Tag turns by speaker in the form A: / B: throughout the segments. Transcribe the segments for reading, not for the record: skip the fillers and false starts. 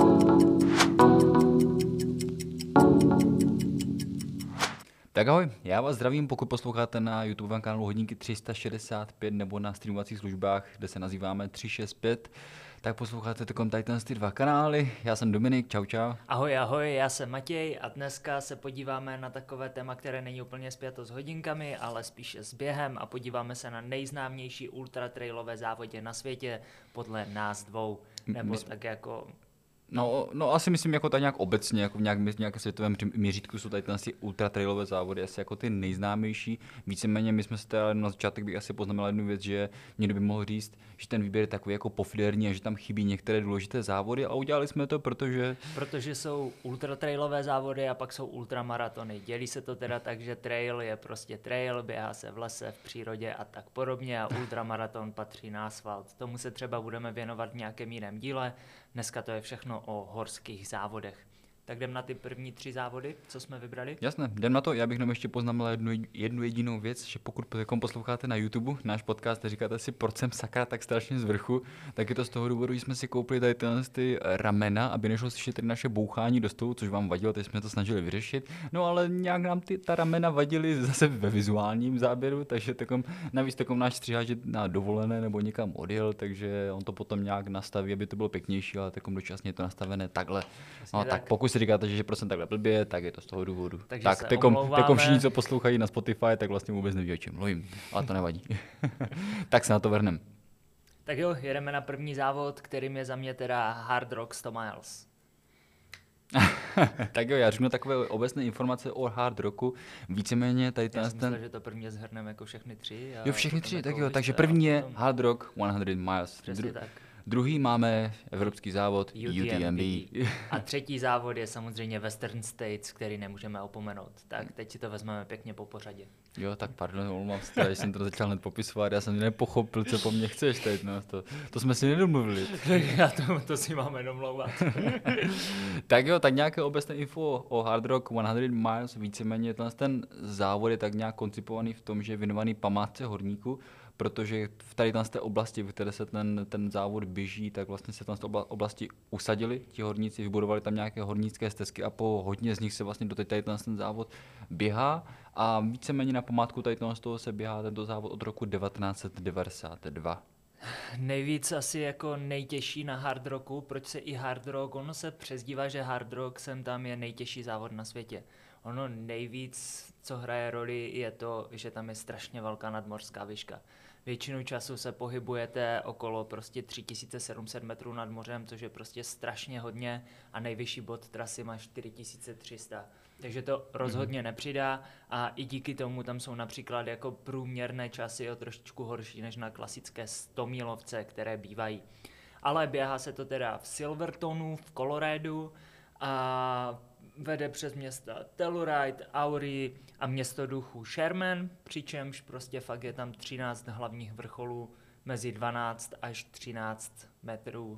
A: Tak ahoj, já vás zdravím, pokud posloucháte na YouTube kanálu Hodinky 365 nebo na streamovacích službách, kde se nazýváme 365, tak posloucháte tady ty dva kanály. Já jsem Dominik, čau.
B: Ahoj, ahoj, já jsem Matěj a dneska se podíváme na takové téma, které není úplně spjato s hodinkami, ale spíše s během a podíváme se na nejznámější ultratrailové závodě na světě podle nás dvou, nebo tak jako...
A: No asi myslím jako tak nějak obecně, jako v nějakém světovém měřítku jsou tady ty ultratrailové závody asi jako ty nejznámější. Víceméně my jsme si teda na začátek bych asi poznamenal jednu věc, že někdo by mohl říct, že ten výběr je takový jako pofidérní a že tam chybí některé důležité závody a udělali jsme to, protože
B: jsou ultratrailové závody a pak jsou ultramaratony. Dělí se to teda tak, že trail je prostě trail, běhá se v lese, v přírodě a tak podobně a ultramaraton patří na asfalt. Tomu se třeba budeme věnovat v nějakém jiném díle. Dneska to je všechno o horských závodech. Tak jdem na ty první 3 závody, co jsme vybrali?
A: Jasné, jdem na to. Já bych jenom ještě poznamenal jednu jedinou věc, že pokud posloucháte na YouTube náš podcast a říkáte si, proč jsem sakra tak strašně z vrchu, tak je to z toho důvodu, že jsme si koupili tady ty ramena, aby nešlo slyšet tady naše bouchání do stolu, což vám vadilo, teď jsme to snažili vyřešit. No ale nějak nám ta ramena vadily zase ve vizuálním záběru, takže navíc náš stříhač na dovolené nebo někam odjel, takže on to potom nějak nastaví, aby to bylo pěknější, ale dočasně je to nastavené takhle. No tak pokud si říkáte, že prostě tak blbě, tak je to z toho důvodu.
B: Takže
A: tak teďkom všichni, co poslouchají na Spotify, tak vlastně vůbec neví, o čem mluvím, ale to nevadí. Tak se na to vrhneme.
B: Tak jo, jedeme na první závod, kterým je za mě teda Hard Rock 100 miles.
A: Tak jo, já řeknu takové obecné informace o Hard Rocku. Víceméně tady
B: já jsem myslel, že to první zhrneme jako všechny 3.
A: Jo, všechny 3, tak jo, takže první je Hard Rock 100 miles.
B: Přesně tak.
A: Druhý máme evropský závod UTMB.
B: A třetí závod je samozřejmě Western States, který nemůžeme opomenout. Tak teď si to vezmeme pěkně po pořadě.
A: Jo, tak pardon, omlouvám se, že jsem to začal hned popisovat, já jsem nepochopil, co po mně chceš teď, no, to jsme si nedomluvili.
B: to si máme domlouvat.
A: Tak jo, tak nějaké obecné info o Hard Rock 100 miles, víceméně ten závod je tak nějak koncipovaný v tom, že je věnovaný památce horníků, protože v tady té oblasti, v které se ten závod běží, tak vlastně se tam z té oblasti usadili ti horníci, vybudovali tam nějaké hornické stezky a po hodně z nich se vlastně doteď tady ten závod běhá a víceméně na památku tady z toho se běhá tento závod od roku 1992.
B: Nejvíc asi jako nejtěžší na Hard Rocku, proč se i Hard Rock, ono se přezdívá, že Hard Rock sem tam je nejtěžší závod na světě. Ono nejvíc, co hraje roli, je to, že tam je strašně velká nadmořská výška. Většinu času se pohybujete okolo prostě 3700 metrů nad mořem, což je prostě strašně hodně a nejvyšší bod trasy má 4300. Takže to rozhodně nepřidá a i díky tomu tam jsou například jako průměrné časy o trošičku horší než na klasické 100 mílovce, které bývají. Ale běhá se to teda v Silvertonu, v Coloradu a vede přes města Telluride, Aury a město duchů Sherman, přičemž prostě fakt je tam 13 hlavních vrcholů mezi 12 až 13 metrů.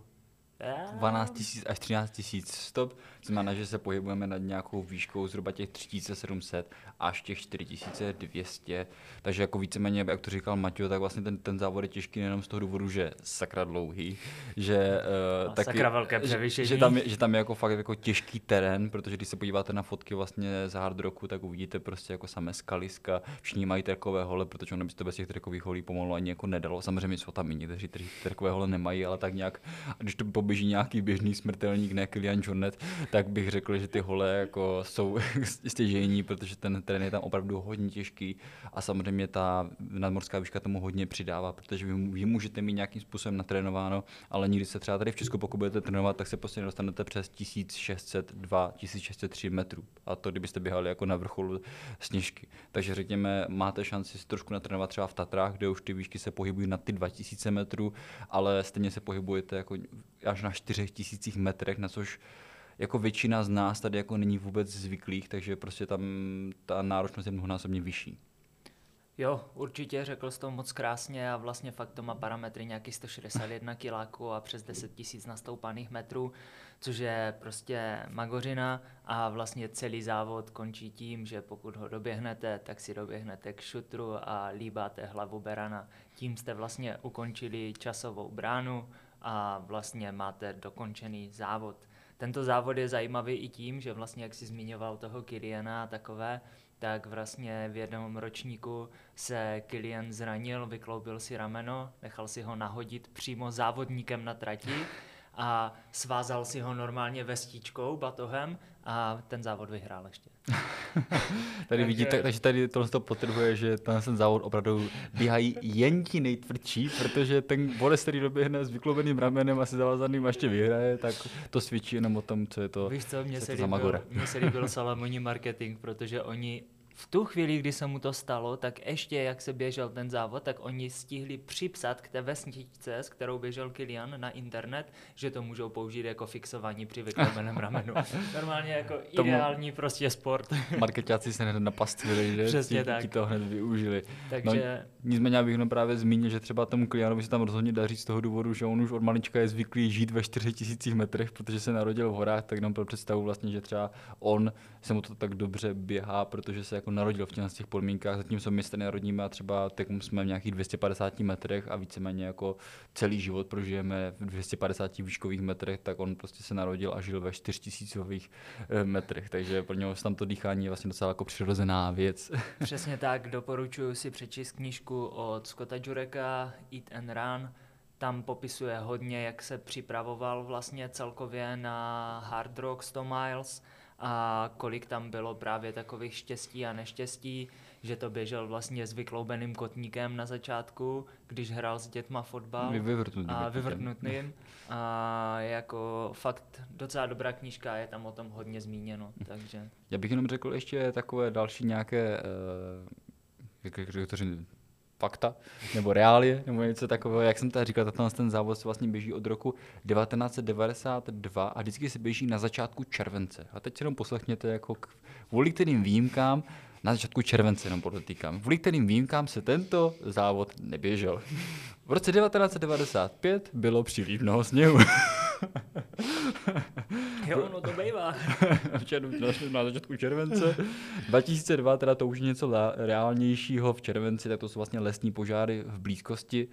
A: 12 000 až 13 000 stop, znamená, že se pohybujeme nad nějakou výškou zhruba těch 3700 až těch 4200, takže jako víceméně, jak to říkal Matěj, tak vlastně ten závod je těžký nejenom z toho důvodu, že sakra dlouhý, že taky,
B: sakra velké převýšení.
A: Že tam je jako fakt jako těžký terén, protože když se podíváte na fotky vlastně z Hard Rocku, tak uvidíte prostě jako samé skaliska, všichni mají trkové hole, protože ono by se to bez těch trkových holí pomalu ani jako nedalo, samozřejmě jsou tam jiní, kteří trkové hole nemají, ale tak nějak, když to poběží nějaký běžný smrtelník, ne Kilian Jornet, tak bych řekl, že ty hole jako jsou stěžejní, protože ten terén je tam opravdu hodně těžký a samozřejmě ta nadmořská výška tomu hodně přidává, protože vy můžete mít nějakým způsobem natrénováno, ale nikdy se třeba tady v Česku, pokud budete trénovat, tak se prostě nedostanete přes 1602, 1603 metrů. A to kdybyste běhali jako na vrcholu Sněžky. Takže řekněme, máte šanci si trošku natrénovat třeba v Tatrách, kde už ty výšky se pohybují na ty 2000 metrů, ale stejně se pohybujete jako až na 4000 metrech, na což jako většina z nás tady jako není vůbec zvyklých, takže prostě tam ta náročnost je mnohonásobně vyšší.
B: Jo, určitě, řekl jsi to moc krásně a vlastně fakt to má parametry nějaký 161 kiláků a přes 10 000 nastoupaných metrů, což je prostě magořina a vlastně celý závod končí tím, že pokud ho doběhnete, tak si doběhnete k šutru a líbáte hlavu berana. Tím jste vlastně ukončili časovou bránu a vlastně máte dokončený závod. Tento závod je zajímavý i tím, že vlastně, jak jsi zmiňoval toho Kyliana a takové, tak vlastně v jednom ročníku se Kylian zranil, vykloubil si rameno, nechal si ho nahodit přímo závodníkem na trati a svázal si ho normálně vestičkou, batohem a ten závod vyhrál ještě.
A: Tady vidíte, takže tady tohle to potrhuje, že ten závod opravdu běhají jen ti nejtvrdší, protože ten borec, který doběhne s vykloubeným ramenem a se zavazaným a ještě vyhraje, tak to svědčí jenom o tom, co je to.
B: Víš co, mně
A: Mně
B: se líbil Salamonní marketing, protože oni v tu chvíli, kdy se mu to stalo, tak ještě jak se běžel ten závod, tak oni stihli připsat k té vesničce, s kterou běžel Kylian na internet, že to můžou použít jako fixování při vykloubeném ramenu. Normálně jako ideální prostě sport.
A: Marketáci se hned napastvili, že?
B: Přesně tak.
A: Ti to hned využili.
B: Takže...
A: Nicméně já bych jenom právě zmínil, že třeba tomu Kylianovi se tam rozhodně daří z toho důvodu, že on už od malička je zvyklý žít ve 4000 metrech, protože se narodil v horách, tak jenom pro představu vlastně, že třeba on se mu to tak dobře běhá, protože se jako narodil v těch podmínkách, zatímco my se narodíme a třeba tak jsme v nějakých 250 metrech a víceméně jako celý život prožijeme v 250 výškových metrech, tak on prostě se narodil a žil ve 4000 metrech, takže pro něho tam to dýchání je vlastně docela jako přirozená věc.
B: Přesně tak, doporučuji si přečíst knížku od Scotta Jureka Eat and Run. Tam popisuje hodně, jak se připravoval vlastně celkově na Hard Rock 100 miles a kolik tam bylo právě takových štěstí a neštěstí, že to běžel vlastně s vykloubeným kotníkem na začátku, když hrál s dětma fotbal a vyvrtnutým. A jako fakt docela dobrá knížka, je tam o tom hodně zmíněno. Takže.
A: Já bych jenom řekl ještě takové další nějaké fakta, nebo reálie, nebo něco takového. Jak jsem tady říkal, ten závod se vlastně běží od roku 1992 a vždycky se běží na začátku července. A teď si jenom poslechněte, jako kvůli kterým výjimkám, na začátku července jenom podotýkám, kvůli kterým výjimkám se tento závod neběžel. V roce 1995 bylo příliš mnoho sněhu.
B: Jo, no to bývá.
A: Na začátku července. 2002 teda to už je něco reálnějšího v červenci, tak to jsou vlastně lesní požáry v blízkosti.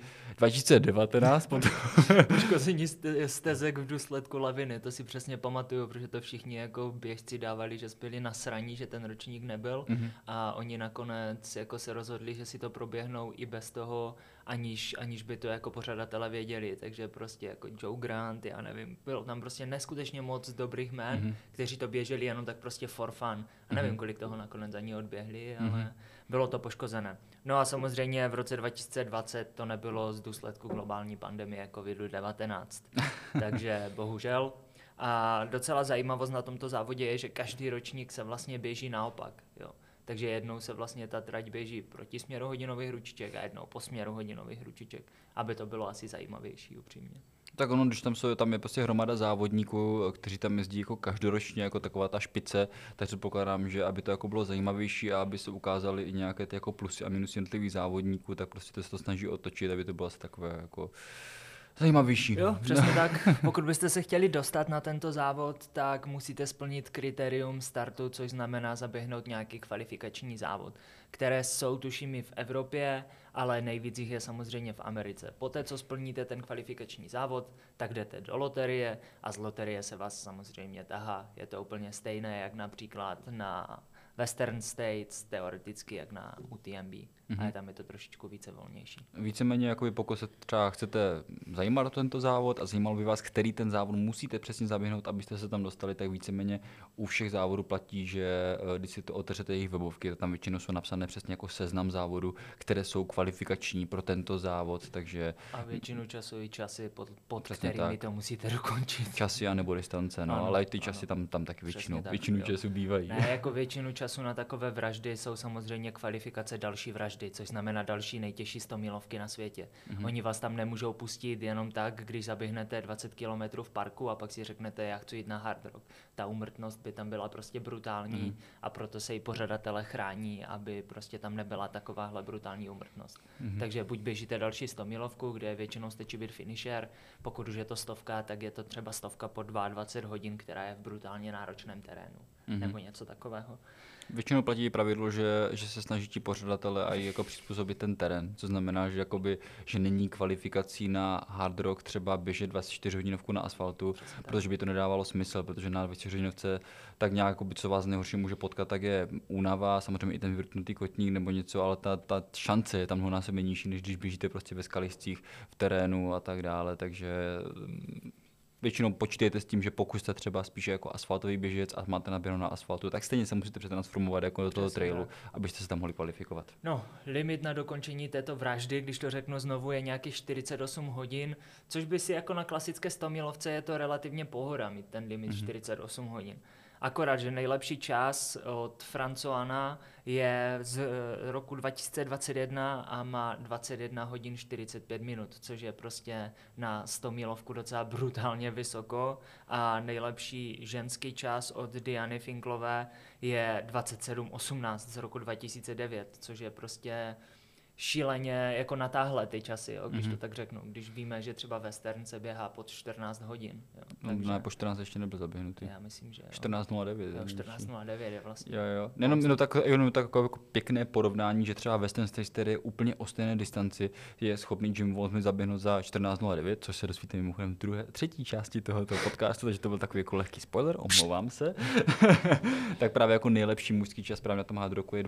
A: 2019 potom...
B: Poškození stezek v důsledku laviny, to si přesně pamatuju, protože to všichni jako běžci dávali, že byli nasraní, že ten ročník nebyl a oni nakonec jako se rozhodli, že si to proběhnou i bez toho, aniž by to jako pořadatelé věděli, takže prostě jako Joe Grant, já nevím, bylo tam prostě neskutečně moc dobrých jmen, kteří to běželi jenom tak prostě for fun. A nevím, kolik toho nakonec ani odběhli, ale bylo to poškozené. No a samozřejmě v roce 2020 to nebylo z důsledku globální pandemie COVID-19, takže bohužel. A docela zajímavost na tomto závodě je, že každý ročník se vlastně běží naopak, jo. Takže jednou se vlastně ta trať běží proti směru hodinových ručiček a jednou po směru hodinových ručiček, aby to bylo asi zajímavější upřímně.
A: Tak ono, když tam je prostě hromada závodníků, kteří tam jezdí jako každoročně, jako taková ta špice, tak předpokládám, že aby to jako bylo zajímavější a aby se ukázaly i nějaké ty jako plusy a minusy jednotlivých závodníků, tak prostě to se to snaží otočit, aby to bylo asi takové jako zajímavější.
B: Jo, přesně tak. Pokud byste se chtěli dostat na tento závod, tak musíte splnit kritérium startu, což znamená zaběhnout nějaký kvalifikační závod, které jsou tuším i v Evropě, ale nejvíc jich je samozřejmě v Americe. Poté, co splníte ten kvalifikační závod, tak jdete do loterie a z loterie se vás samozřejmě tahá. Je to úplně stejné, jak například na Western States, teoreticky jak na UTMB. Ale tam je to trošičku více volnější.
A: Víceméně, jakoby pokud se třeba chcete zajímat o tento závod a zajímal by vás, který ten závod musíte přesně zaběhnout, abyste se tam dostali, tak víceméně u všech závodů platí, že když si to otevřete jejich webovky, tak tam většinou jsou napsané přesně jako seznam závodů, které jsou kvalifikační pro tento závod, takže...
B: A většinu času i časy, pod kterými to musíte dokončit.
A: Časy a nebo distance, no, ano, ale i ty časy tam taky většinu času bývají.
B: Ne, jako většinu času na takové vraždy jsou samozřejmě kvalifikace další vraždy, což znamená další nejtěžší 100 milovky na světě. Oni vás tam nemůžou pustit jenom tak, když zaběhnete 20 km v parku a pak si řeknete, já chci jít na hard rock. Ta úmrtnost by tam byla prostě brutální a proto se i pořadatelé chrání, aby prostě tam nebyla takováhle brutální úmrtnost. Takže buď běžíte další 100 milovku, kde většinou stačí být finisher, pokud už je to 100, tak je to třeba 100 po 22 hodin, která je v brutálně náročném terénu. nebo něco takového.
A: Většinou platí pravidlo, že se snaží ti pořadatelé a jako přizpůsobit ten terén, co znamená, že, jakoby, že není kvalifikací na hard rock třeba běžet 24 hodinovku na asfaltu, protože by to nedávalo smysl, protože na 24 hodinovce tak nějak, jakoby, co vás nejhorší může potkat, tak je únava, samozřejmě i ten vyvrtnutý kotník nebo něco, ale ta šance je tam mnohonásobně nižší, než když běžíte prostě ve skalistích v terénu a tak dále, takže většinou počítejte s tím, že pokud jste třeba spíše jako asfaltový běžec a máte naběhnout na asfaltu, tak stejně se musíte přetransformovat jako do toho trailu, abyste se tam mohli kvalifikovat.
B: No, limit na dokončení této vraždy, když to řeknu znovu, je nějakých 48 hodin, což by si jako na klasické 100 milovce je to relativně pohoda mít ten limit 48 hodin. Akorát, že nejlepší čas od Francoana je z roku 2021 a má 21 hodin 45 minut, což je prostě na 100 milovku docela brutálně vysoko. A nejlepší ženský čas od Diany Finklové je 27.18 z roku 2009, což je prostě šíleně jako natáhlé ty časy, jo, když to tak řeknu. Když víme, že třeba western se běhá pod 14 hodin. Jo, takže
A: No, po 14 ještě nebyl zaběhnutý.
B: já myslím, že
A: 14.09.
B: jo, 14.09 je vlastně.
A: Jo. Jenom tak jako pěkné porovnání, že třeba Western States, který je úplně o stejné distanci, je schopný Jim Walton zaběhnout za 14.09, což se dozvíte mimochodem v třetí části tohoto podcastu, takže to byl takový jako lehký spoiler, omlouvám se. Tak právě jako nejlepší mužský čas právě na tom hard rocku je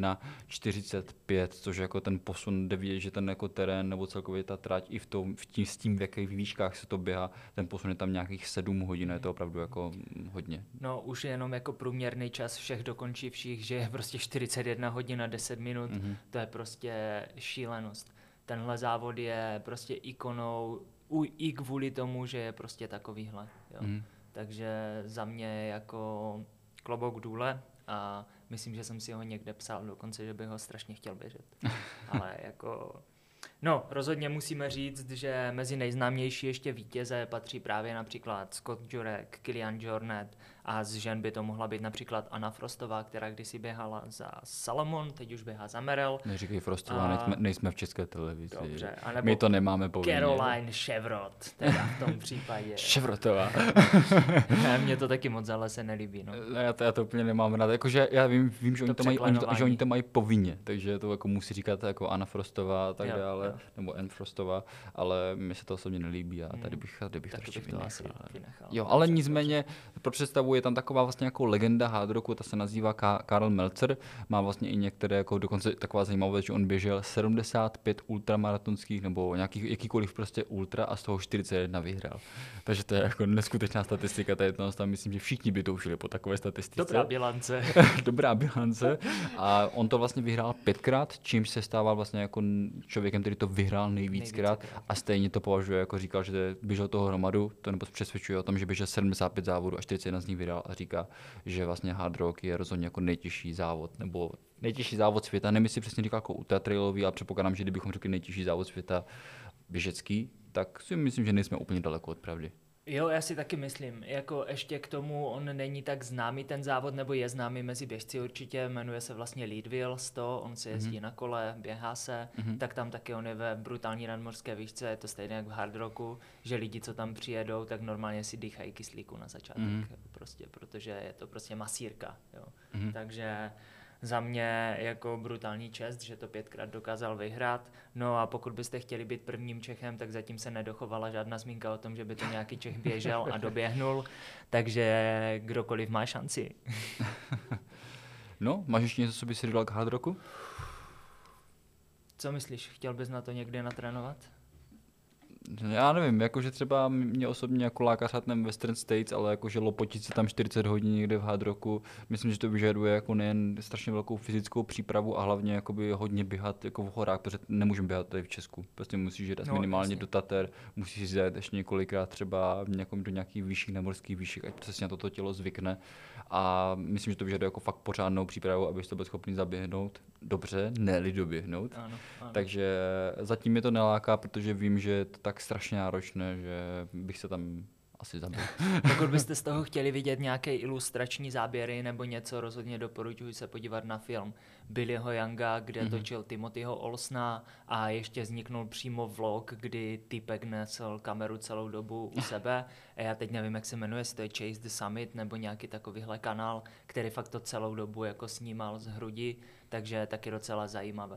A: 21.45, což je jako ten posun, jde vidět, že ten jako terén nebo celkově ta trať i s tím, v jakých výškách se to běhá, ten posun je tam nějakých 7 hodin, je to opravdu jako hodně.
B: No už jenom jako průměrný čas všech dokončivších, že je prostě 41 hodin a 10 minut, to je prostě šílenost. Tenhle závod je prostě ikonou i kvůli tomu, že je prostě takovýhle. Jo. Takže za mě jako klobouk důle a myslím, že jsem si ho někde psal dokonce, že bych ho strašně chtěl běžet. Ale jako no, rozhodně musíme říct, že mezi nejznámější ještě vítěze patří právě například Scott Jurek, Kilian Jornet a z žen by to mohla být například Anna Frostová, která kdysi běhala za Salomon, teď už běhá za Merrell.
A: Neříkej Frostová, nejsme v České televizi.
B: Dobře,
A: my to nemáme povinně.
B: Caroline Chevrolet, teda v tom případě.
A: Chevrotová.
B: Mně to taky moc ale se nelíbí. No.
A: Já to úplně nemám rád. Jakože já vím že oni to mají povinně, takže to jako musí říkat jako Anna Frostová a tak dále, nebo Anne Frostová, ale mi se to osobně nelíbí a tady bych to ještě vynechal. Jo, ale nicméně pro představu je tam taková vlastně jako legenda hard rocku, ta se nazývá Karl Meltzer, má vlastně i některé jako dokonce taková zajímavost, že on běžel 75 ultramaratonských nebo nějakých jakýkoliv prostě ultra a z toho 41 vyhrál. Takže to je jako neskutečná statistika, tam myslím, že všichni by toužili po takové statistice.
B: Dobrá bilance.
A: Dobrá bilance. A on to vlastně vyhrál 5krát, čímž se stával vlastně jako člověkem, který to vyhrál nejvíckrát a stejně to považuje, jako říkal, že běžel toho hromadu, to nebo přesvědčuje o tom, že běžel 75 závodů a 41 z nich vyhrál a říká, že vlastně hard rock je rozhodně jako nejtěžší závod nebo nejtěžší závod světa. Nevím, jestli přesně říkal jako ultratrailový, ale předpokládám, že kdybychom řekli nejtěžší závod světa běžecký, tak si myslím, že nejsme úplně daleko od pravdy.
B: Jo, já si taky myslím. Jako ještě k tomu on není tak známý ten závod, nebo je známý mezi běžci určitě, jmenuje se vlastně Leadville 100, on se jezdí na kole, běhá se, tak tam taky on je ve brutální nadmořské výšce, je to stejné jak v hard rocku, že lidi, co tam přijedou, tak normálně si dýchají kyslíku na začátek, prostě, protože je to prostě masírka, jo. Takže za mě jako brutální čest, že to 5krát dokázal vyhrát. No a pokud byste chtěli být prvním Čechem, tak zatím se nedochovala žádná zmínka o tom, že by to nějaký Čech běžel a doběhnul, takže kdokoliv má šanci.
A: No, máš ještě něco, co by si dodal k hard rocku?
B: Co myslíš, chtěl bys na to někdy natrénovat?
A: Já nevím, jakože třeba mě osobně jako láká ten Western States, ale jakože lopotit se tam 40 hodin někde v hard rocku, myslím, že to vyžaduje jako nejen strašně velkou fyzickou přípravu a hlavně jakoby hodně běhat jako v horách, protože nemůžeme běhat tady v Česku. Prostě musíš jít minimálně do Tater, musíš zajet ještě několikrát třeba do nějakých vyšších nadmořských výšek, ať přesně na toto tělo zvykne. A myslím, že to vyžaduje jako fakt pořádnou přípravu, abys to byl schopný zaběhnout dobře, ne-li doběhnout.
B: Ano.
A: Takže zatím mě to neláká, protože vím, že je to tak strašně náročné, že bych se tam asi zabil.
B: Pokud byste z toho chtěli vidět nějaké ilustrační záběry nebo něco, rozhodně doporučuji se podívat na film Billyho Younga, kde točil Timothyho Olsona a ještě vzniknul přímo vlog, kdy týpek nesl kameru celou dobu u sebe. A já teď nevím, jak se jmenuje, jestli to je Chase the Summit nebo nějaký takovýhle kanál, který fakt to celou dobu jako snímal z hrudi, takže taky docela zajímavé.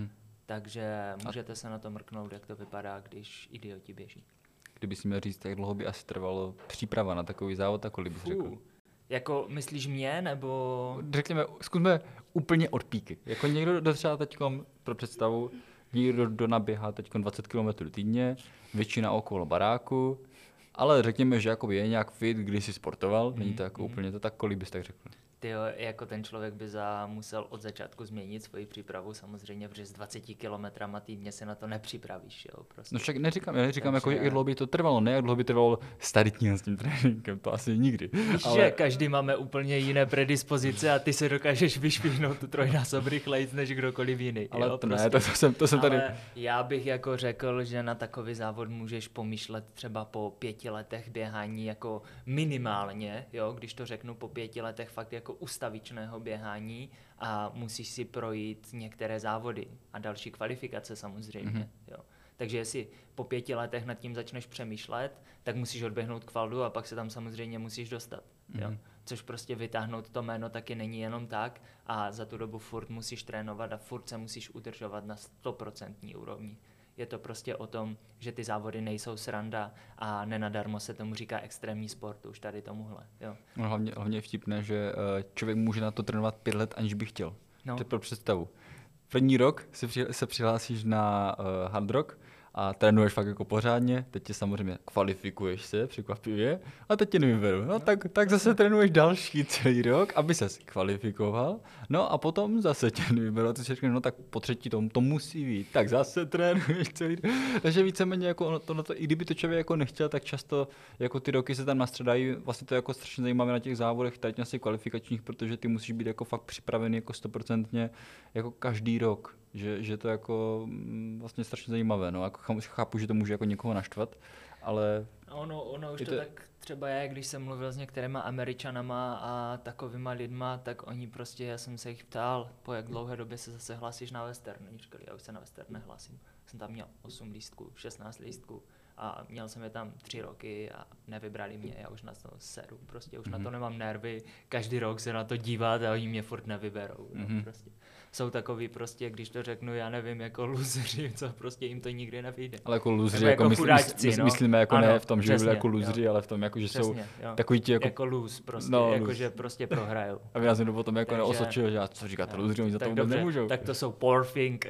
B: Takže můžete se na to mrknout, jak to vypadá, když idioti běží.
A: Kdyby si měl říct, jak dlouho by asi trvalo příprava na takový závod, tak kolik bys řekl?
B: Jako myslíš mě, nebo...
A: Řekněme, zkusme úplně od píky. Jako někdo třeba teď pro představu, někdo naběhá teď 20 km týdně, většina okolo baráku, ale řekněme, že jakoby je nějak fit, když si sportoval, není to jako úplně to, tak kolik bys tak řekl?
B: Tyjo, jako ten člověk by musel od začátku změnit svoji přípravu, samozřejmě, protože s 20 kilometrama týdně se na to nepřipravíš, jo, prostě.
A: No však neříkám jako, jak dlouho by to trvalo, ne jak dlouho by trvalo staritní s tím tréninkem, to asi nikdy.
B: Víš, že každý máme úplně jiné predispozice a ty se dokážeš vyšvihnout trojnásob rychlejc než kdokoliv jiný.
A: Ale
B: jo,
A: to
B: prostě.
A: ne, to jsem tady...
B: Ale já bych jako řekl, že na takový závod můžeš pomýšlet třeba po 5 letech běhání jako minimálně, jo, když to řeknu po 5 letech fakt jako ustavičného běhání a musíš si projít některé závody a další kvalifikace samozřejmě, jo. Takže jestli po 5 letech nad tím začneš přemýšlet, tak musíš odběhnout kvaldu a pak se tam samozřejmě musíš dostat. Jo? Což prostě vytáhnout to jméno taky není jenom tak a za tu dobu furt musíš trénovat a furt se musíš udržovat na 100% úrovni. Je to prostě o tom, že ty závody nejsou sranda a nenadarmo se tomu říká extrémní sport už tady tomuhle. Jo?
A: No, hlavně je vtipné, že člověk může na to trénovat 5 let, aniž by chtěl.
B: No.
A: To je pro představu. První rok se přihlásíš na hard rock a trénuješ fakt jako pořádně, teď tě samozřejmě kvalifikuješ se, překvapivě, a teď tě nevyberu. No tak zase trénuješ další celý rok, aby ses kvalifikoval, no a potom zase tě nevyberu, a ty si řekneš, no tak po třetí to musí být, tak zase trénuješ celý rok. Takže víceméně jako i kdyby to člověk jako nechtěl, tak často jako ty roky se tam nastředají, vlastně to je jako strašně zajímavé na těch závodech, tady těch kvalifikačních, protože ty musíš být jako fakt připravený jako 100% jako každý rok. Že to je jako vlastně strašně zajímavé, no, jako chápu, že to může jako někoho naštvat, ale...
B: Ono už to tak třeba je, když jsem mluvil s některýma Američanama a takovýma lidma, tak oni prostě, já jsem se jich ptal, po jak dlouhé době se zase hlásíš na western, oni říkali, já už se na western nehlásím, jsem tam měl 8 lístků, 16 lístků a měl jsem je tam 3 roky a nevybrali mě, já už na to seru, prostě už na to nemám nervy, každý rok se na to dívat a oni mě furt nevyberou, no, prostě. Jsou takový prostě, když to řeknu, já nevím, jako luzři, co prostě jim to nikdy nevyjde.
A: Ale jako luzři,
B: jako chudáčci, no.
A: Myslíme jako
B: ano,
A: ne v tom, že
B: přesně,
A: byli jako luzři,
B: jo.
A: ale v tom, jako, že
B: Přesně,
A: jsou
B: jo.
A: takový ti
B: jako luz prostě,
A: no,
B: jako
A: luz.
B: že prostě prohrajou.
A: A já jsem to potom jako
B: Takže...
A: neosočil, že co říkáte luzři, oni za to vůbec nemůžou.
B: Tak to jsou poor thing,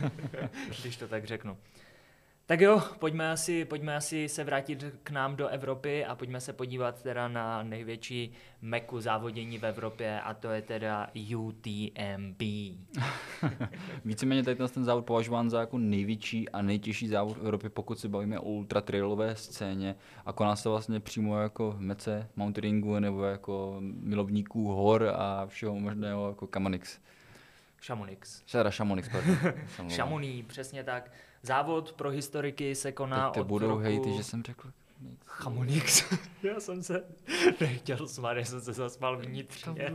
B: když to tak řeknu. Tak jo, pojďme asi se vrátit k nám do Evropy a pojďme se podívat teda na největší meku závodění v Evropě a to je teda UTMB.
A: Víceméně tady ten závod považován za jako největší a nejtěžší závod v Evropě, pokud se bavíme o ultratrailové scéně a koná se vlastně přímo jako v mece mountainingu nebo jako milovníků hor a všeho možného jako Chamonix.
B: Chamonix,
A: pardon.
B: Chamonix, přesně tak. Závod pro historiky se koná
A: od roku... budou hejty, že jsem řekl
B: Chamonix. Já jsem se nechtěl smát, já jsem se zasmál vnitřně.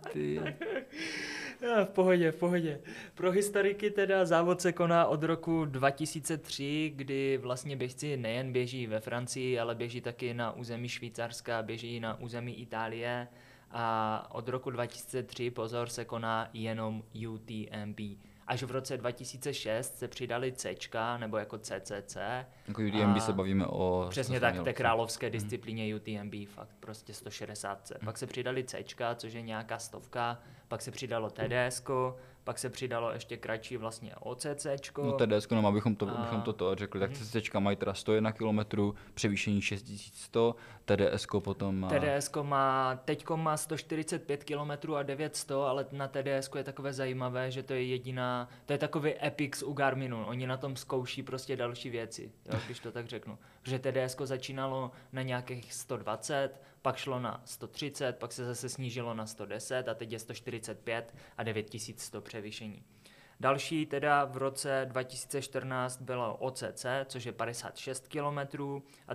B: V pohodě. Pro historiky teda závod se koná od roku 2003, kdy vlastně běžci nejen běží ve Francii, ale běží taky na území Švýcarska, běží na území Itálie a od roku 2003 pozor se koná jenom UTMB. Až v roce 2006 se přidali Cčka, nebo jako CCC.
A: Jako UTMB se bavíme o...
B: Přesně tak, té královské disciplíně UTMB, fakt prostě 160. Pak se přidali Cčka, což je nějaká 100, pak se přidalo TDSko, pak se přidalo ještě kratší vlastně OCCčko.
A: No TDSko, no abychom to řekli, tak CCčka mají teda 101 km, převýšení 6100, TDSko potom má...
B: TDSko teďko má 145 km a 900, ale na TDSko je takové zajímavé, že to je takový epic u Garminu, oni na tom zkouší prostě další věci, jo, když to tak řeknu. Protože TDSko začínalo na nějakých 120, pak šlo na 130, pak se zase snížilo na 110 a teď je 145 a 9100 převýšení. Další teda v roce 2014 bylo OCC, což je 56 km a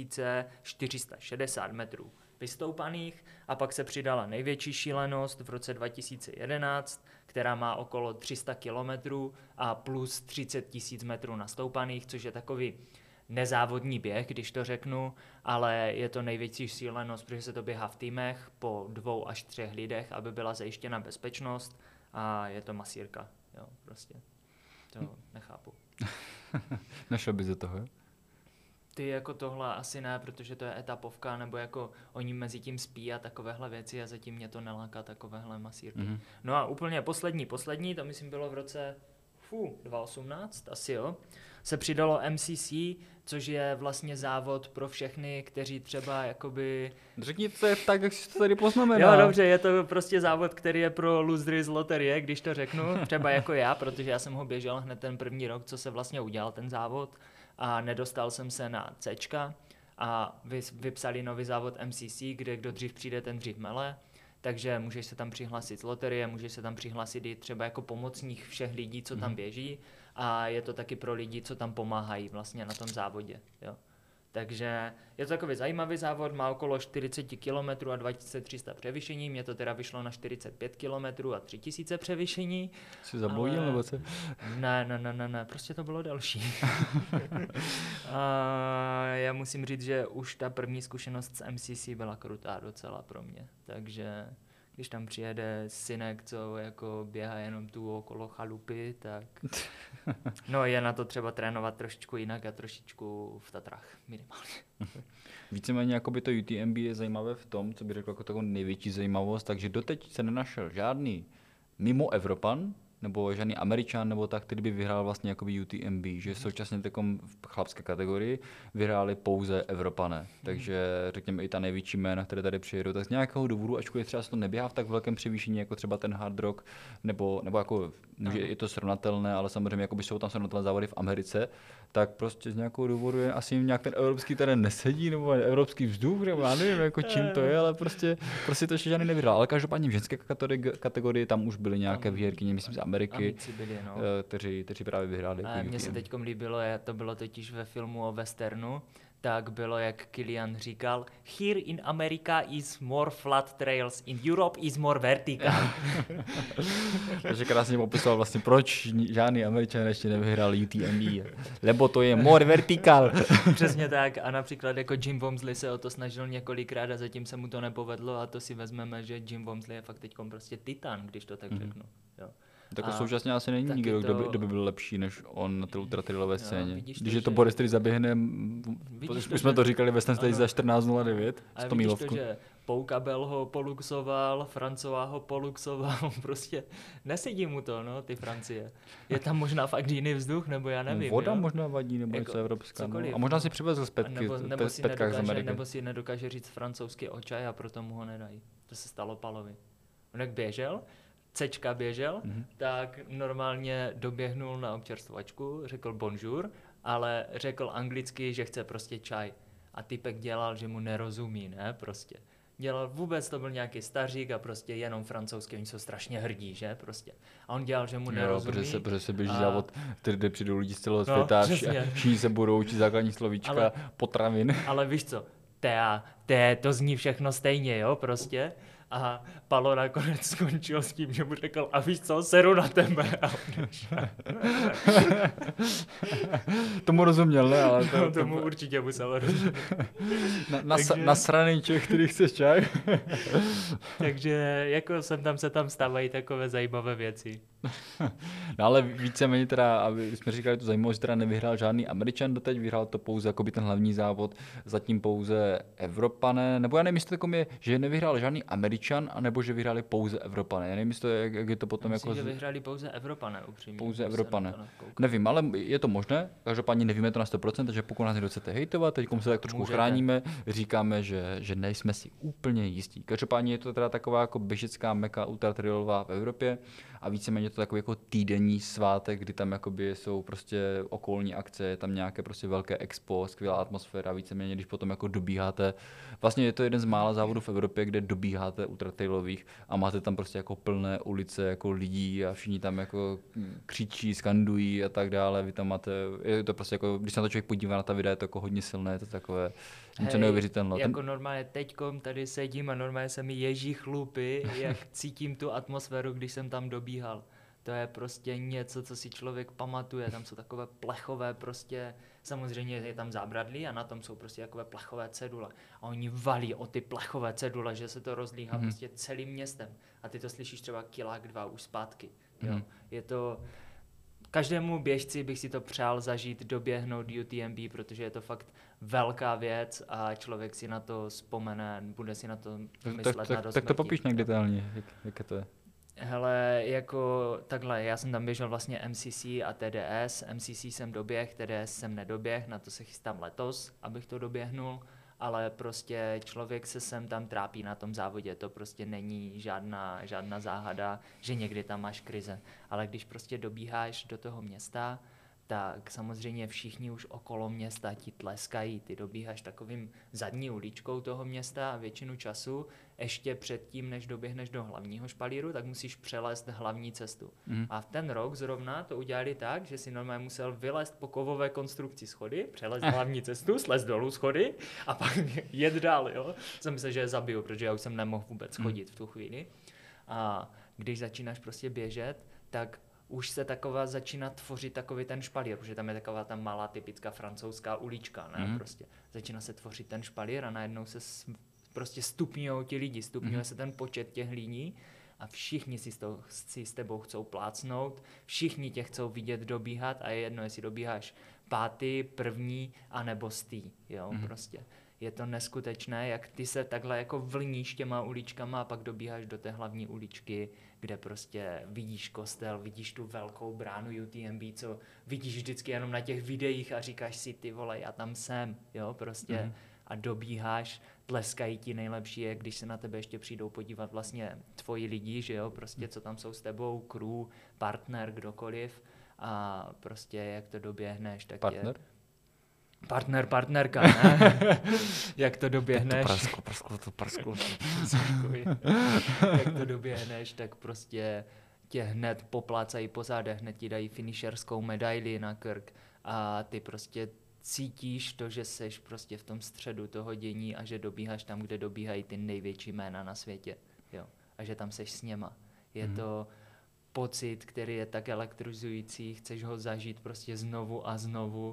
B: 3460 metrů vystoupaných, a pak se přidala největší šílenost v roce 2011, která má okolo 300 km a plus 30 000 metrů nastoupaných, což je takový nezávodní běh, když to řeknu, ale je to největší šílenost, protože se to běhá v týmech po 2 až 3 lidech, aby byla zajištěna bezpečnost, a je to masírka, jo, prostě. To nechápu.
A: Nešel bys do toho, jo?
B: Ty jako tohle asi ne, protože to je etapovka, nebo jako oni mezi tím spí a takovéhle věci, a zatím mě to neláká, takovéhle masírky.
A: Mhm.
B: No a úplně poslední, to myslím bylo v roce 2018, asi jo, se přidalo MCC, což je vlastně závod pro všechny, kteří třeba jakoby...
A: Řekni to je tak, jak si to tady poznamenal.
B: Jo, dobře, je to prostě závod, který je pro losery z loterie, když to řeknu, třeba jako já, protože já jsem ho běžel hned ten první rok, co se vlastně udělal ten závod, a nedostal jsem se na Cčka a vypsali nový závod MCC, kde kdo dřív přijde, ten dřív mele, takže můžeš se tam přihlásit z loterie, můžeš se tam přihlásit i třeba jako pomocník všech lidí, co tam běží, a je to taky pro lidi, co tam pomáhají vlastně na tom závodě, jo. Takže je to takový zajímavý závod, má okolo 40 km a 2300 převyšení, mě to teda vyšlo na 45 km a 3000 převyšení.
A: Jsi zabloudil, nebo co?
B: Ne, prostě to bylo další. A já musím říct, že už ta první zkušenost s MCC byla krutá docela pro mě, takže když tam přijede synek, co jako běhá jenom tu okolo chalupy, tak no je na to třeba trénovat trošičku jinak a trošičku v Tatrách minimálně.
A: Víceméně jakoby to UTMB je zajímavé v tom, co bych řekl jako takovou největší zajímavost, takže doteď se nenašel žádný mimo Evropan, nebo žádný Američan, nebo tak, který by vyhrál vlastně jakoby UTMB, že současně takom v chlapské kategorii vyhráli pouze Evropané. Takže řekněme i ta největší jména, které tady přijedou, tak z nějakého důvodu, ačkoliv třeba se to neběhá v tak velkém převýšení jako třeba ten hard rock, nebo jako může, je to srovnatelné, ale samozřejmě jakoby jsou tam srovnatelné závody v Americe, tak prostě z nějakého důvodu je asi jim nějak ten evropský terén nesedí, nebo evropský vzduch, nebo já nevím, jako čím to je, ale prostě to ještě žádný nevyhrál. Ale každopádně v ženské kategorii tam už byly nějaké výherkyně, myslím z Ameriky,
B: byli, no.
A: kteří právě vyhráli.
B: Mně se teď líbilo, to bylo totiž ve filmu o westernu, tak bylo, jak Kilian říkal, here in America is more flat trails, in Europe is more vertical.
A: Takže krásně popisoval vlastně, proč žádný Američan ještě nevyhrál UTMB, lebo to je more vertical.
B: Přesně tak, a například jako Jim Walmsley se o to snažil několikrát a zatím se mu to nepovedlo, a to si vezmeme, že Jim Walmsley je fakt teďkom prostě titan, když to tak řeknu. Jo.
A: Tak současně asi není nikdo, kdo by byl lepší než on na té ultratrailové scéně. Když je to
B: že...
A: Boris, který zaběhne, už jsme to říkali ve Stage za 14.09,
B: a
A: to
B: vidíš
A: mílovku.
B: to, že Poukabel ho poluxoval, François ho poluxoval, prostě nesedí mu to, no, ty Francie. Je tam možná fakt jiný vzduch, nebo já nevím.
A: Voda
B: jo?
A: možná vadí, nebo
B: jako
A: něco evropská. No.
B: Cokoliv,
A: A možná si přivezl z petkách z Ameriky.
B: Nebo si nedokáže říct francouzsky o čaj a proto mu ho nedají. To se stalo Palovi. On jak běžel, Cčka běžel, tak normálně doběhnul na občerstvovačku, řekl bonjour, ale řekl anglicky, že chce prostě čaj. A typek dělal, že mu nerozumí, ne, prostě. Dělal vůbec, to byl nějaký stařík a prostě jenom francouzsky, oni jsou strašně hrdí, že, prostě. A on dělal, že mu nerozumí.
A: Protože se běží závod, kde přijdou lidi z celého světa, všichni se budou učit základní slovíčka, potravin.
B: Ale víš co, to zní všechno stejně, jo, prostě. A Palo nakonec skončil s tím, že mu řekl, a víš co, seru na tebe. A
A: tomu rozuměl, ne? Ale
B: tomu určitě musel rozumět.
A: Nasraný Čech, který chce čaj.
B: Takže jako se tam stávají takové zajímavé věci.
A: No ale víceméně teda, aby jsme říkali tu zajímavost, že teda nevyhrál žádný Američan doteď, vyhrál to pouze jakoby ten hlavní závod, zatím pouze Evropané, nebo já nevím, jestli to je, že nevyhrál žádný Američan, anebo že vyhráli pouze Evropané. Já nevím, jestli jak je to potom
B: myslím,
A: jako...
B: že vyhráli pouze Evropané, upřímně.
A: Pouze Evropané. Nevím, ale je to možné, každopádně nevíme to na 100%, takže pokud nás někdo chcete hejtovat, teď se tak trošku chráníme, říkáme, že nejsme si úplně jistí. Každopádně je to teda taková jako běžecká meka ultratrailová v Evropě a víceméně to takový jako týdenní svátek, kdy tam jakoby jsou prostě okolní akce, je tam nějaké prostě velké expo, skvělá atmosféra, víceméně když potom jako dobíháte. Vlastně je to jeden z mála závodů v Evropě, kde dobíháte ultratailových a máte tam prostě jako plné ulice jako lidí a všichni tam jako křičí, skandují a tak dále. Vy tam máte, je to prostě jako, když se na to člověk podívá na ta videa, je to jako hodně silné, je to takové něco neuvěřitelného.
B: Jako normálně teďkom tady sedím a normálně se mi ježí chlupy, jak cítím tu atmosféru, když jsem tam dobíhal. To je prostě něco, co si člověk pamatuje, tam jsou takové plechové prostě, samozřejmě je tam zábradlí a na tom jsou prostě takové plechové cedule. A oni valí o ty plechové cedule, že se to rozlíhá prostě celým městem. A ty to slyšíš třeba kilák 2 už zpátky. Jo. Je to... Každému běžci bych si to přál zažít, doběhnout UTMB, protože je to fakt velká věc a člověk si na to vzpomene, bude si na to myslet na dost
A: Tak to
B: smrti.
A: popíš nějak detailně, jak to je.
B: Hele, jako takhle, já jsem tam běžel vlastně MCC a TDS. MCC jsem doběh, TDS jsem nedoběh, na to se chystám letos, abych to doběhnul, ale prostě člověk se sem tam trápí na tom závodě, to prostě není žádná záhada, že někdy tam máš krize. Ale když prostě dobíháš do toho města, tak samozřejmě všichni už okolo města ti tleskají, ty dobíháš takovým zadní uličkou toho města a většinu času, ještě předtím, než doběhneš do hlavního špalíru, tak musíš přelézt hlavní cestu. A v ten rok zrovna to udělali tak, že si normálně musel vylézt po kovové konstrukci schody, přelézt hlavní cestu, slez dolů schody a pak jet dál, jo. Jsem myslel, že je zabiju, protože já už jsem nemohl vůbec chodit v tu chvíli. A když začínáš prostě běžet, tak už se začíná tvořit takový ten špalír, protože tam je taková ta malá typická francouzská ulička, ne? Prostě začíná se tvořit ten špalír a najednou se prostě stupňují ti lidi, stupňuje se ten počet těch lidí a všichni si s tebou chcou plácnout, všichni tě chcou vidět dobíhat a je jedno, jestli dobíháš 5., 1. anebo 100. Jo, prostě. Je to neskutečné, jak ty se takhle jako vlníš těma uličkama a pak dobíháš do té hlavní uličky, kde prostě vidíš kostel, vidíš tu velkou bránu UTMB, co vidíš vždycky jenom na těch videích a říkáš si, ty vole, já tam jsem, jo, prostě. A dobíháš, tleskají ti, nejlepší je, když se na tebe ještě přijdou podívat vlastně tvoji lidi, že jo, prostě co tam jsou s tebou, crew, partner, kdokoliv a prostě jak to doběhneš, tak
A: Partner?
B: Partnerka, ne? Jak to doběhneš?
A: To prasklo.
B: Jak to doběhneš, tak prostě tě hned poplácají po zádech, hned ti dají finisherskou medaili na krk a ty prostě cítíš to, že seš prostě v tom středu toho dění a že dobíháš tam, kde dobíhají ty největší jména na světě. Jo. A že tam seš s něma. Je to pocit, který je tak elektrizující, chceš ho zažít prostě znovu a znovu.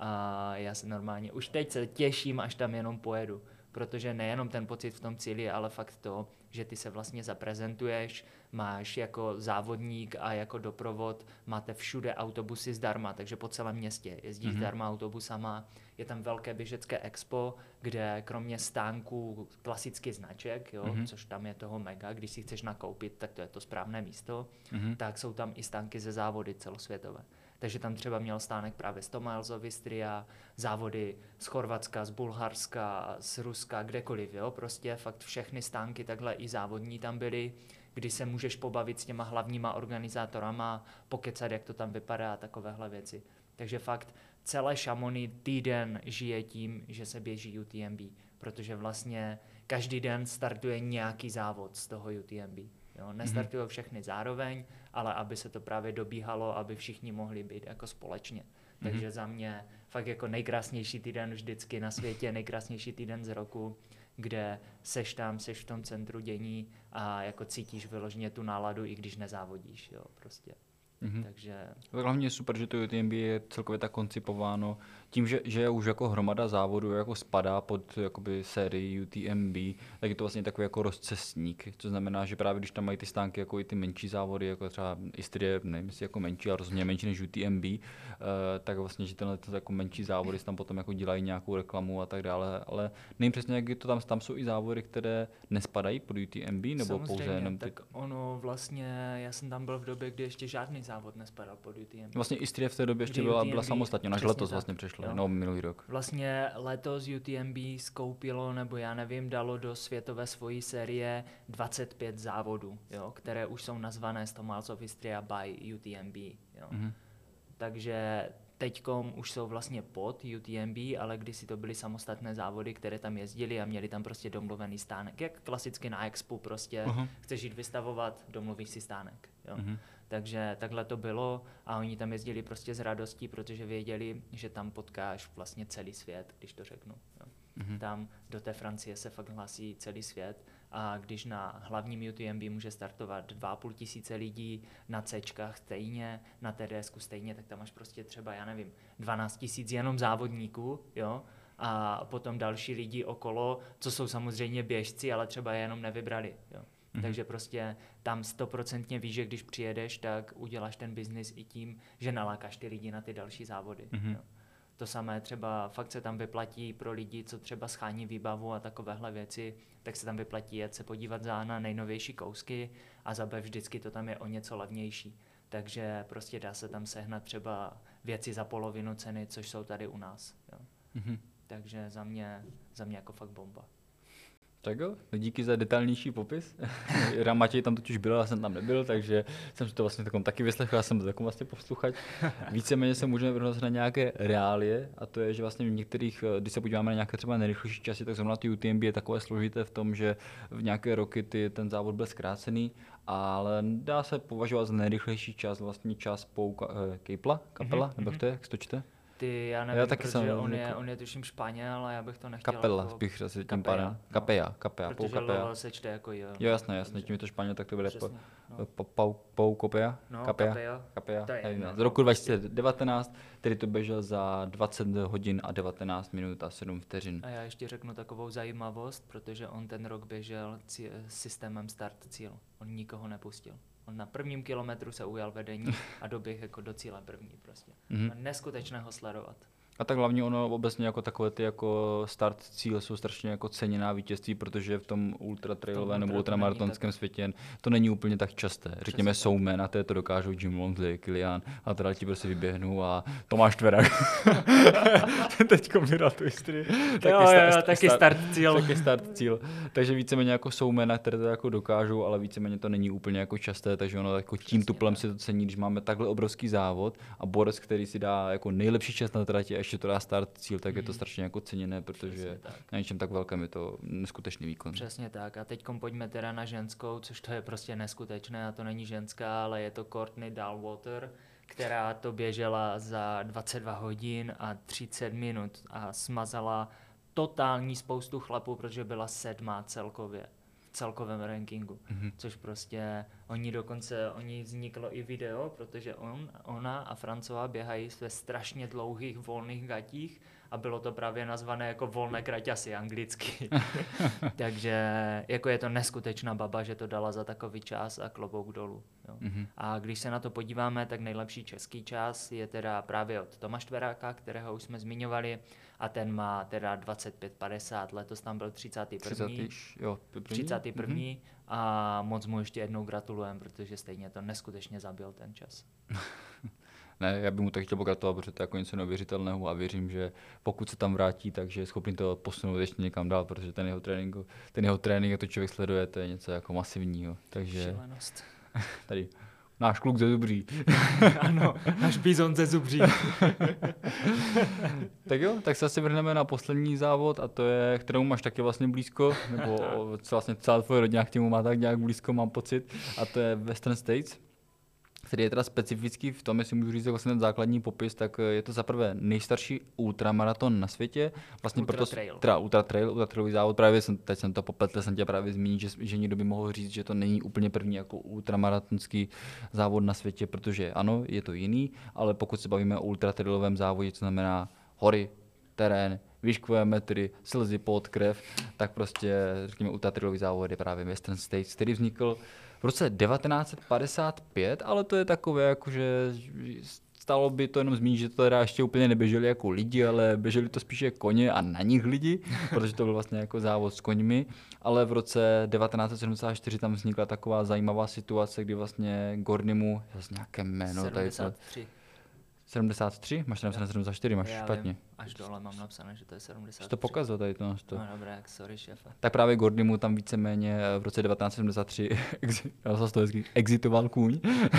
B: A já se normálně, už teď se těším, až tam jenom pojedu, protože nejenom ten pocit v tom cíli, ale fakt to, že ty se vlastně zaprezentuješ, máš jako závodník a jako doprovod, máte všude autobusy zdarma, takže po celém městě jezdíš zdarma autobusama, je tam velké běžecké expo, kde kromě stánků klasický značek, jo, což tam je toho mega, když si chceš nakoupit, tak to je to správné místo, tak jsou tam i stánky ze závody celosvětové. Takže tam třeba měl stánek právě 100 Miles of Istria, závody z Chorvatska, z Bulharska, z Ruska, kdekoliv, jo, prostě fakt všechny stánky takhle i závodní tam byly, kdy se můžeš pobavit s těma hlavníma organizátorama, pokecat, jak to tam vypadá a takovéhle věci. Takže fakt celé Chamonix týden žije tím, že se běží UTMB, protože vlastně každý den startuje nějaký závod z toho UTMB. Jo, nestartují všechny zároveň, ale aby se to právě dobíhalo, aby všichni mohli být jako společně. Takže za mě fakt jako nejkrásnější týden vždycky na světě, nejkrásnější týden z roku, kde seš v tom centru dění a jako cítíš vyloženě tu náladu, i když nezávodíš, jo, prostě. Takže...
A: Hlavně je super, že to UTMB je celkově tak koncipováno tím, že je už jako hromada závodů jako spadá pod jakoby sérii UTMB, tak je to vlastně takový jako rozcestník, co znamená, že právě když tam mají ty stánky jako i ty menší závody, jako třeba Istrie, nevím jestli jako menší, ale rozhodně menší než UTMB, tak vlastně, že tenhle jako menší závody tam potom jako dělají nějakou reklamu a tak dále, ale nevím přesně, jak je to tam jsou i závody, které nespadají pod UTMB, nebo
B: samozřejmě,
A: pouze jenom ty...
B: tak ono vlastně, já jsem tam byl v době, kdy ještě žádný závod nespadal pod UTMB.
A: Vlastně Istrie v té době ještě byla samostatně, až letos vlastně přešlo, no minulý rok.
B: Vlastně letos UTMB skoupilo, nebo já nevím, dalo do světové svojí série 25 závodů, jo, které už jsou nazvané 100 Miles of Istria by UTMB. Jo. Takže teďkom už jsou vlastně pod UTMB, ale kdysi to byly samostatné závody, které tam jezdili a měli tam prostě domluvený stánek. Jak klasicky na expu prostě, chceš jít vystavovat, domluvíš si stánek. Jo. Takže takhle to bylo a oni tam jezdili prostě s radostí, protože věděli, že tam potkáš vlastně celý svět, když to řeknu. Jo. Tam do té Francie se fakt hlásí celý svět a když na hlavním UTMB může startovat 2,5 tisíce lidí, na Cčkách stejně, na TDSku stejně, tak tam máš prostě třeba, já nevím, 12 tisíc jenom závodníků, jo, a potom další lidi okolo, co jsou samozřejmě běžci, ale třeba je jenom nevybrali, jo. Takže prostě tam 100% víš, že když přijedeš, tak uděláš ten biznis i tím, že nalákáš ty lidi na ty další závody. Jo. To samé třeba fakt se tam vyplatí pro lidi, co třeba schání výbavu a takovéhle věci, tak se tam vyplatí jet se podívat na nejnovější kousky a za B vždycky to tam je o něco levnější. Takže prostě dá se tam sehnat třeba věci za polovinu ceny, což jsou tady u nás. Jo. Takže za mě jako fakt bomba.
A: Tak jo, díky za detailnější popis. Matěj tam totiž byl, já jsem tam nebyl, takže jsem si to vlastně taky vyslechl, já jsem to takový vlastně posluchač. Víceméně se můžeme vrhnout na nějaké reálie a to je, že vlastně v některých, když se podíváme na nějaké třeba nejrychlejší časy, tak zrovna ty UTMB je takové složité v tom, že v nějaké roky ten závod byl zkrácený, ale dá se považovat za nejrychlejší čas, vlastně čas Pau Capella, nebo jak to je, jak se to čte?
B: Já nevím, protože on je tuším Španěl a já bych to nechtěl.
A: Capella, spíš asi tím pádem. Capella.
B: Protože Lola se čte jako jo.
A: Jo, jasně, tím je to Španěl, tak to bude Pau Capella. Capella. Z roku 2019, který to běžel za 20 hodin a 19 minut a 7 vteřin.
B: A já ještě řeknu takovou zajímavost, protože on ten rok běžel systémem start-cíl. On nikoho nepustil. On na prvním kilometru se ujal vedení a doběh jako do cíle první prostě. Neskutečné ho sledovat.
A: A tak hlavně ono obecně jako takové ty jako start cíl jsou strašně jako ceněná vítězství, protože v tom ultratrailovém nebo ultramaratonském světě to není úplně tak časté. Řekněme Soumen, a to dokážou Jim Longley, Kilian, a teda ti prostě vyběhnou a Tomáš Tverak. Teďko mi dal tu historii.
B: Taky start cíl.
A: Taky start cíl. Takže víceméně jako Soumena, které to jako dokážou, ale víceméně to není úplně jako časté, takže ono jako tím tuplem si to cení, když máme takhle obrovský závod a borec, který si dá jako nejlepší čas na trati, ještě to dá start cíl, tak je to strašně jako ceněné, protože na něčem tak velkém je to neskutečný výkon.
B: Přesně tak. A teďkom pojďme teda na ženskou, což to je prostě neskutečné a to není ženská, ale je to Courtney Dahlwater, která to běžela za 22 hodin a 30 minut a smazala totální spoustu chlapů, protože byla 7. celkově. Celkovém rankingu, což prostě oni vzniklo i video, protože ona a Francová běhají ve strašně dlouhých volných gatích a bylo to právě nazvané jako volné kraťasy anglicky. Takže jako je to neskutečná baba, že to dala za takový čas a klobouk dolů. Jo. A když se na to podíváme, tak nejlepší český čas je teda právě od Tomáše Tveráka, kterého už jsme zmiňovali, a ten má teda 25,50, letos tam byl 31. A moc mu ještě jednou gratulujeme, protože stejně to neskutečně zabil ten čas.
A: Ne, já bych mu tak chtěl pogratulovat, protože to je jako něco neuvěřitelného a věřím, že pokud se tam vrátí, takže je schopný to posunout ještě někam dál, protože ten jeho trénink, to člověk sleduje, to je něco jako masivního. Takže
B: šílenost.
A: Tady náš kluk ze Zubří.
B: Ano, náš bizon ze Zubří.
A: Tak jo, tak se asi vrhneme na poslední závod a to je, kterému máš taky vlastně blízko, nebo vlastně celá tvoje rodina k němu má tak nějak blízko, mám pocit, a to je Western States, který je teda specifický v tom, jestli můžu říct vlastně ten základní popis, tak je to zaprvé nejstarší ultramaraton na světě. Vlastně ultratrailový závod, právě teď jsem to popletl, jsem tě právě zmínit, že někdo by mohl říct, že to není úplně první jako ultramaratonský závod na světě, protože ano, je to jiný, ale pokud se bavíme o ultratrailovém závodě, co znamená hory, terén, výškové metry, slzy, pot, krev, tak prostě řekněme ultratrailový závod je právě Western States, který vznikl v roce 1955, ale to je takové, jakože stalo by to jenom zmínit, že to teda ještě úplně neběželi jako lidi, ale běželi to spíše koně a na nich lidi, protože to byl vlastně jako závod s koňmi, ale v roce 1974 tam vznikla taková zajímavá situace, kdy vlastně Gordymu, zase nějaké jméno,
B: 73.
A: 73? Máš tam napsané 74, máš
B: Já
A: špatně.
B: vím, až dole mám napsané, že to je 73.
A: Jsi to pokazil tady to.
B: No dobré, jak sorry šéfe.
A: Tak právě Gordy mu tam víceméně v roce 1973 exitoval kůň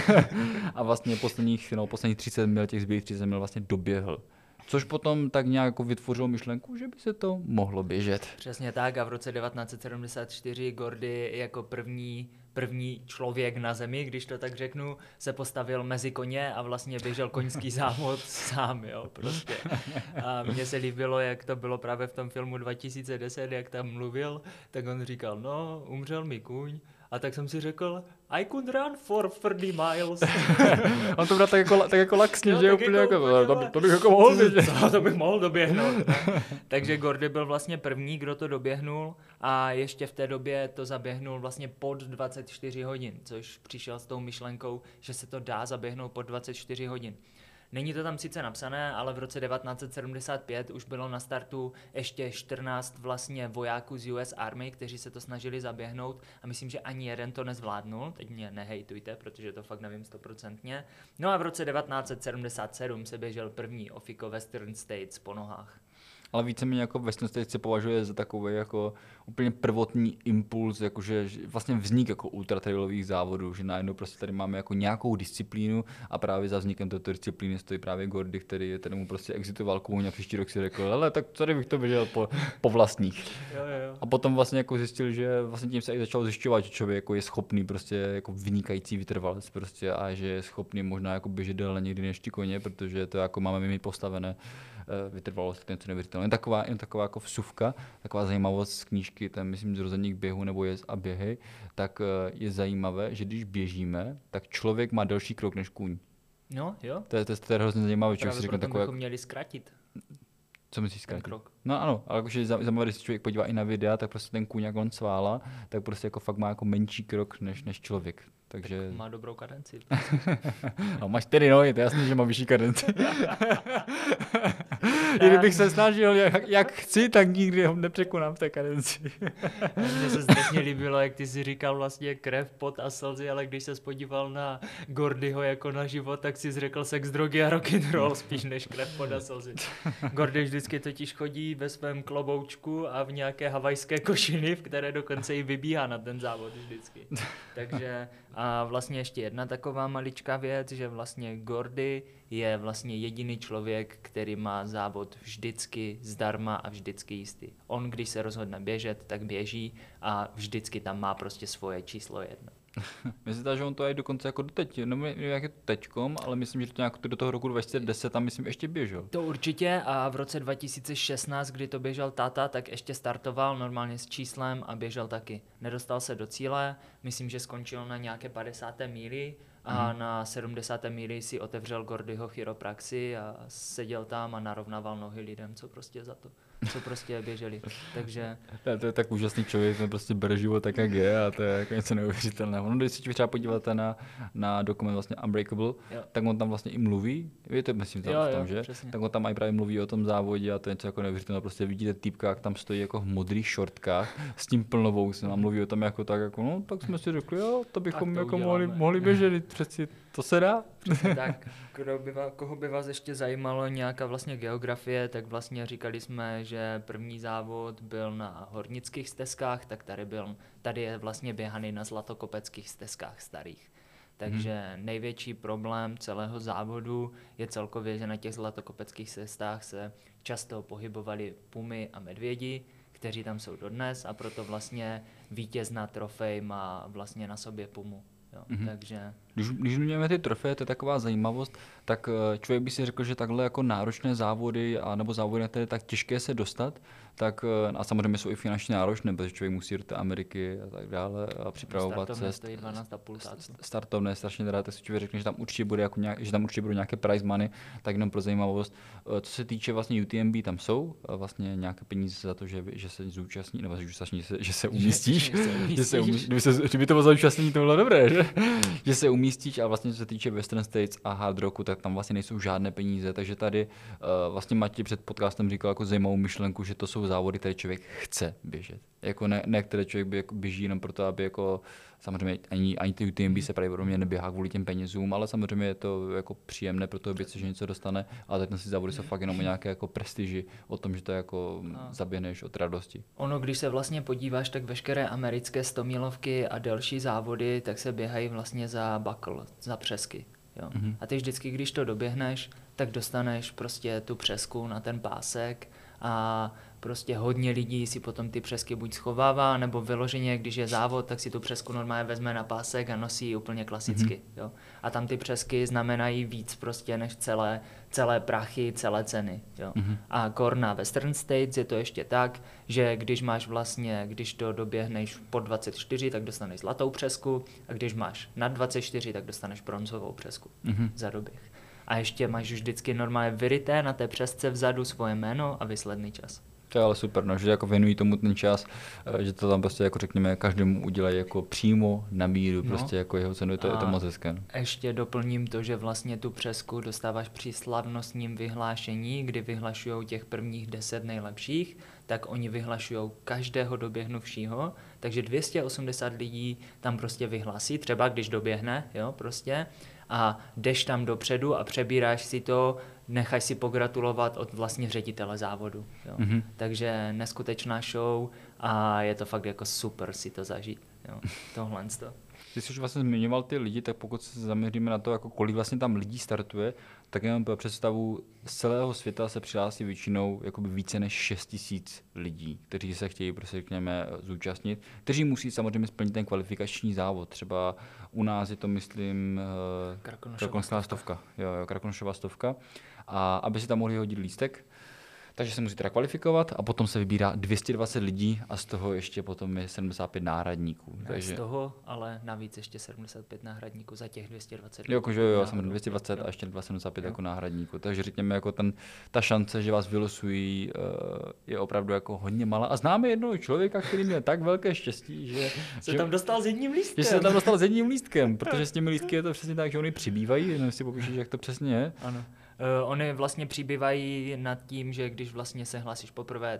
A: a vlastně posledních 30 mil, těch zbylých 30 mil vlastně doběhl. Což potom tak nějak jako vytvořilo myšlenku, že by se to mohlo běžet.
B: Přesně tak a v roce 1974 Gordy jako první člověk na zemi, když to tak řeknu, se postavil mezi koně a vlastně běžel koňský závod sám, jo, prostě. A mně se líbilo, jak to bylo právě v tom filmu 2010, jak tam mluvil, tak on říkal, no, umřel mi kůň, a tak jsem si řekl, I could run for 30 miles.
A: On to bral tak jako laxně,
B: Jo,
A: že
B: tak
A: úplně
B: jako
A: to bych jako mohl běžet.
B: To bych mohl doběhnout. Ne? Takže Gordy byl vlastně první, kdo to doběhnul a ještě v té době to zaběhnul vlastně pod 24 hodin, což přišel s tou myšlenkou, že se to dá zaběhnout pod 24 hodin. Není to tam sice napsané, ale v roce 1975 už bylo na startu ještě 14 vlastně vojáků z US Army, kteří se to snažili zaběhnout a myslím, že ani jeden to nezvládnul, teď mě nehejtujte, protože to fakt nevím 100%. No a v roce 1977 se běžel první ofiko Western States po nohách.
A: Ale víceméně jako Western States se považuje za takový jako úplně prvotní impuls, jakože vlastně vznik jako ultratrailových závodů, že najednou prostě tady máme jako nějakou disciplínu a právě za vznikem této disciplíny stojí právě Gordy, který mu prostě exitoval kůň a příští rok si řekl, hele, tak tady bych to běžel po vlastních.
B: Jo.
A: A potom vlastně jako zjistil, že vlastně tím se i začal zjišťovat, že člověk jako je schopný prostě jako vynikající vytrvalec prostě a že je schopný možná jako běžet déle někdy než ti koně, protože to jako máme my postavené vytrvalost, to je něco neuvěřitelné. Jen taková jako vsuvka, taková zajímavost z knížky, tam myslím Zrozeník běhu nebo Jezd a běhy, tak je zajímavé, že když běžíme, tak člověk má delší krok než kůň.
B: No, jo.
A: To je hrozně zajímavé, člověk si řekne
B: takové...
A: takové.
B: bychom měli zkrátit.
A: Co myslíš zkrátit?
B: Krok.
A: No ano, ale jakože zajímavé, když se člověk podívá i na videa, tak prostě ten kůň, jak on svála, tak prostě jako fakt má jako menší krok než člověk. Takže...
B: Tak má dobrou kadenci.
A: No, máš 4 nohy, to je jasný, že má vyšší kadenci. Kdybych se snažil, jak chci, tak nikdy ho nepřekonám v té kadenci.
B: Mně se strašně líbilo, jak ty si říkal vlastně krev, pot a slzy, ale když se podíval na Gordyho jako na život, tak si řekl sex, drogy a rock'n'roll spíš než krev, pot a slzy. Gordy vždycky totiž chodí ve svém kloboučku a v nějaké havajské košiny, v které dokonce i vybíhá na ten závod vždycky. Takže a vlastně ještě jedna taková maličká věc, že vlastně Gordy je vlastně jediný člověk, který má závod vždycky zdarma a vždycky jistý. On, když se rozhodne běžet, tak běží a vždycky tam má prostě svoje číslo 1.
A: Myslím, že on to je dokonce jako doteď, nevím, jak je to teďkom, ale myslím, že to nějak do toho roku 2010 tam myslím ještě běžel.
B: To určitě a v roce 2016, kdy to běžel táta, tak ještě startoval normálně s číslem a běžel taky. Nedostal se do cíle, myslím, že skončil na nějaké 50. míli a na 70. míli si otevřel Gordyho chiropraxi a seděl tam a narovnával nohy lidem, co prostě běželi. Takže...
A: To je tak úžasný člověk, ten prostě bere život tak, jak je a to je jako něco neuvěřitelného. Ono, když se třeba podíváte na dokument vlastně Unbreakable, jo. Tak on tam vlastně i mluví, víte, myslím tam v tom, že?
B: Přesně.
A: Tak on tam i právě mluví o tom závodě a to je něco jako neuvěřitelného. Prostě vidíte týpka, jak tam stojí jako v modrých šortkách s tím plnovousem a mluví o tom jako tak, jako no, tak jsme si řekli, jo, to bychom to jako mohli běžet, přeci to se dá.
B: Tak, koho by vás ještě zajímalo nějaká vlastně geografie, tak vlastně říkali jsme, že první závod byl na hornických stezkách, tak tady je vlastně běhaný na zlatokopeckých stezkách starých. Takže největší problém celého závodu je celkově, že na těch zlatokopeckých cestách se často pohybovali pumy a medvědi, kteří tam jsou dodnes a proto vlastně vítězná trofej má vlastně na sobě pumu. Jo, takže...
A: Když mějeme ty trofeje, to je taková zajímavost, tak člověk by si řekl, že takhle jako náročné závody, nebo závody, na které je tak těžké se dostat, tak a samozřejmě jsou i finančně náročné, protože člověk musí jít do Ameriky a tak dále a připravovat se.
B: Stojí 12,5.
A: Startovné je strašně drahé, tak si člověk řekne, že tam určitě bude že tam určitě budou nějaké prize money, tak jenom pro zajímavost. Co se týče vlastně UTMB, tam jsou vlastně nějaké peníze za to, že se zúčastní, nebo že se umístíš. Kdyby to bylo za účastnění, to bylo dobré, že se umístíš a vlastně co se týče Western States a Hard Rocku, tak tam vlastně nejsou žádné peníze, takže tady vlastně Matěj před podcastem říkal jako zajímavou myšlenku, že to jsou jsou závody, které člověk chce běžet. Jako ne které člověk jako běží jenom proto, aby jako samozřejmě ani ty UTMB se pravděpodobně neběhá kvůli těm penězům, ale samozřejmě je to jako příjemné pro toho běžce, že něco dostane, ale teď si závody jsou fakt jenom o nějaké jako prestiži, o tom, že to jako zaběhneš od radosti.
B: Ono, když se vlastně podíváš, tak veškeré americké 100milovky a další závody, tak se běhají vlastně za buckle, za přesky. Jo. A ty vždycky, když to doběhneš, tak dostaneš prostě tu přesku na ten pásek a prostě hodně lidí si potom ty přesky buď schovává, nebo vyloženě, když je závod, tak si tu přesku normálně vezme na pásek a nosí ji úplně klasicky. Jo. A tam ty přesky znamenají víc prostě než celé prachy, celé ceny. Jo. A kor na Western States je to ještě tak, že když to doběhneš po 24, tak dostaneš zlatou přesku a když máš nad 24, tak dostaneš bronzovou přesku za doběh. A ještě máš vždycky normálně vyryté na té přesce vzadu svoje jméno a výsledný čas.
A: To je ale super, no, že jako věnují tomu ten čas, že to tam prostě jako řekněme každému udělají jako přímo na míru, prostě jako jeho cenu, je to moc hezké.
B: Ještě doplním to, že vlastně tu přesku dostáváš při slavnostním vyhlášení, kdy vyhlašují těch prvních 10 nejlepších, tak oni vyhlašují každého doběhnuvšího, takže 280 lidí tam prostě vyhlásí, třeba když doběhne, jo, prostě, a jdeš tam dopředu a přebíráš si to, necháš si pogratulovat od vlastně ředitele závodu. Jo. Takže neskutečná show a je to fakt jako super si to zažít. Jo. Tohle.
A: Ty jsi už vlastně zmiňoval ty lidi, tak pokud se zaměříme na to, jako kolik vlastně tam lidí startuje, tak já mám představu, z celého světa se přihlásí většinou jakoby více než 6 000 lidí, kteří se chtějí prostě řekněme zúčastnit, kteří musí samozřejmě splnit ten kvalifikační závod. Třeba u nás je to, myslím, Krakonošová stovka. Jo, Krakonošová stovka. A aby si tam mohli hodit lístek, takže se musí teda kvalifikovat a potom se vybírá 220 lidí a z toho ještě potom je 75 náhradníků.
B: Takže... Z toho, ale navíc ještě 75 náhradníků za těch 220 lidí.
A: Jo, samozřejmě 220 a ještě 275 jako náhradníků. Takže řekněme, jako ta šance, že vás vylosují, je opravdu jako hodně malá. A známe jednoho člověka, který měl tak velké štěstí, že
B: se tam dostal s jedním lístkem.
A: Že se tam dostal s jedním lístkem, protože s těmi lístky je to přesně tak, že oni přibývají, jenom si popíšeš, jak to přesně je.
B: Ano. Oni vlastně přibývají nad tím, že když vlastně se hlásíš poprvé,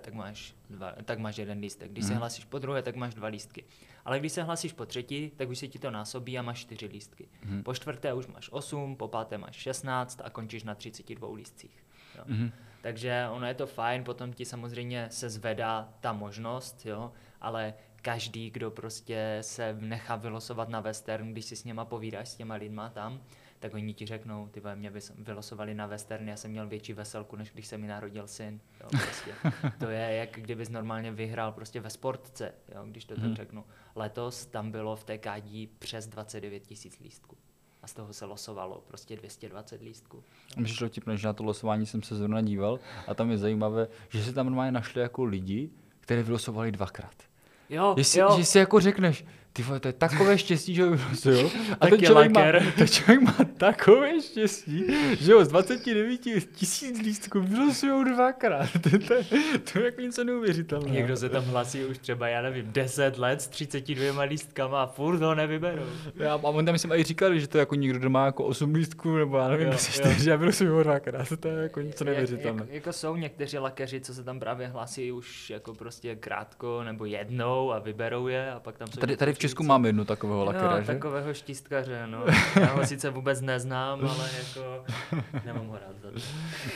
B: tak máš jeden lístek. Když se hlásíš po druhé, tak máš 2 lístky. Ale když se hlásíš po třetí, tak už se ti to násobí a máš 4 lístky. Po čtvrté už máš 8, po páté máš 16 a končíš na 32 lístcích. Jo. Takže ono je to fajn, potom ti samozřejmě se zvedá ta možnost, jo, ale každý, kdo prostě se nechá vylosovat na western, když si s něma povídáš, s těma lidma tam, tak oni ti řeknou, ty mě vylosovali na western, já jsem měl větší veselku, než když se mi narodil syn. Jo, prostě. To je, jak kdybys normálně vyhrál prostě ve sportce, jo, když to tak řeknu. Letos tam bylo v TKD přes 29 000 lístků. A z toho se losovalo prostě 220 lístků.
A: A mi přišlo vtipné, že na to losování jsem se zrovna díval a tam je zajímavé, že se tam normálně našli jako lidi, které vylosovali 2krát.
B: Jo.
A: Že si jako řekneš, ty vole, to je takové štěstí, že ho vylosujou. A ten člověk má takové štěstí, že ho z 29 000 lístků vylosujou 2krát. To je jako něco neuvěřitelného.
B: Někdo se tam hlasí už třeba, já nevím, 10 let s 32 lístkama a furt ho nevyberou.
A: A on tam myslím i říkali, že to jako někdo, kdo má jako 8 lístků, nebo já nevím, 4 a vylosujou 2krát. To je jako něco neuvěřitelného.
B: Jako jsou někteří lakeři, co se tam právě hlasí už jako prostě krátko nebo jednou a vyberou je a pak tam jsou
A: tady v Česku mám jednu takového lakera, že?
B: Takového štístkaře, no. Já ho sice vůbec neznám, ale jako nemám ho rád za to.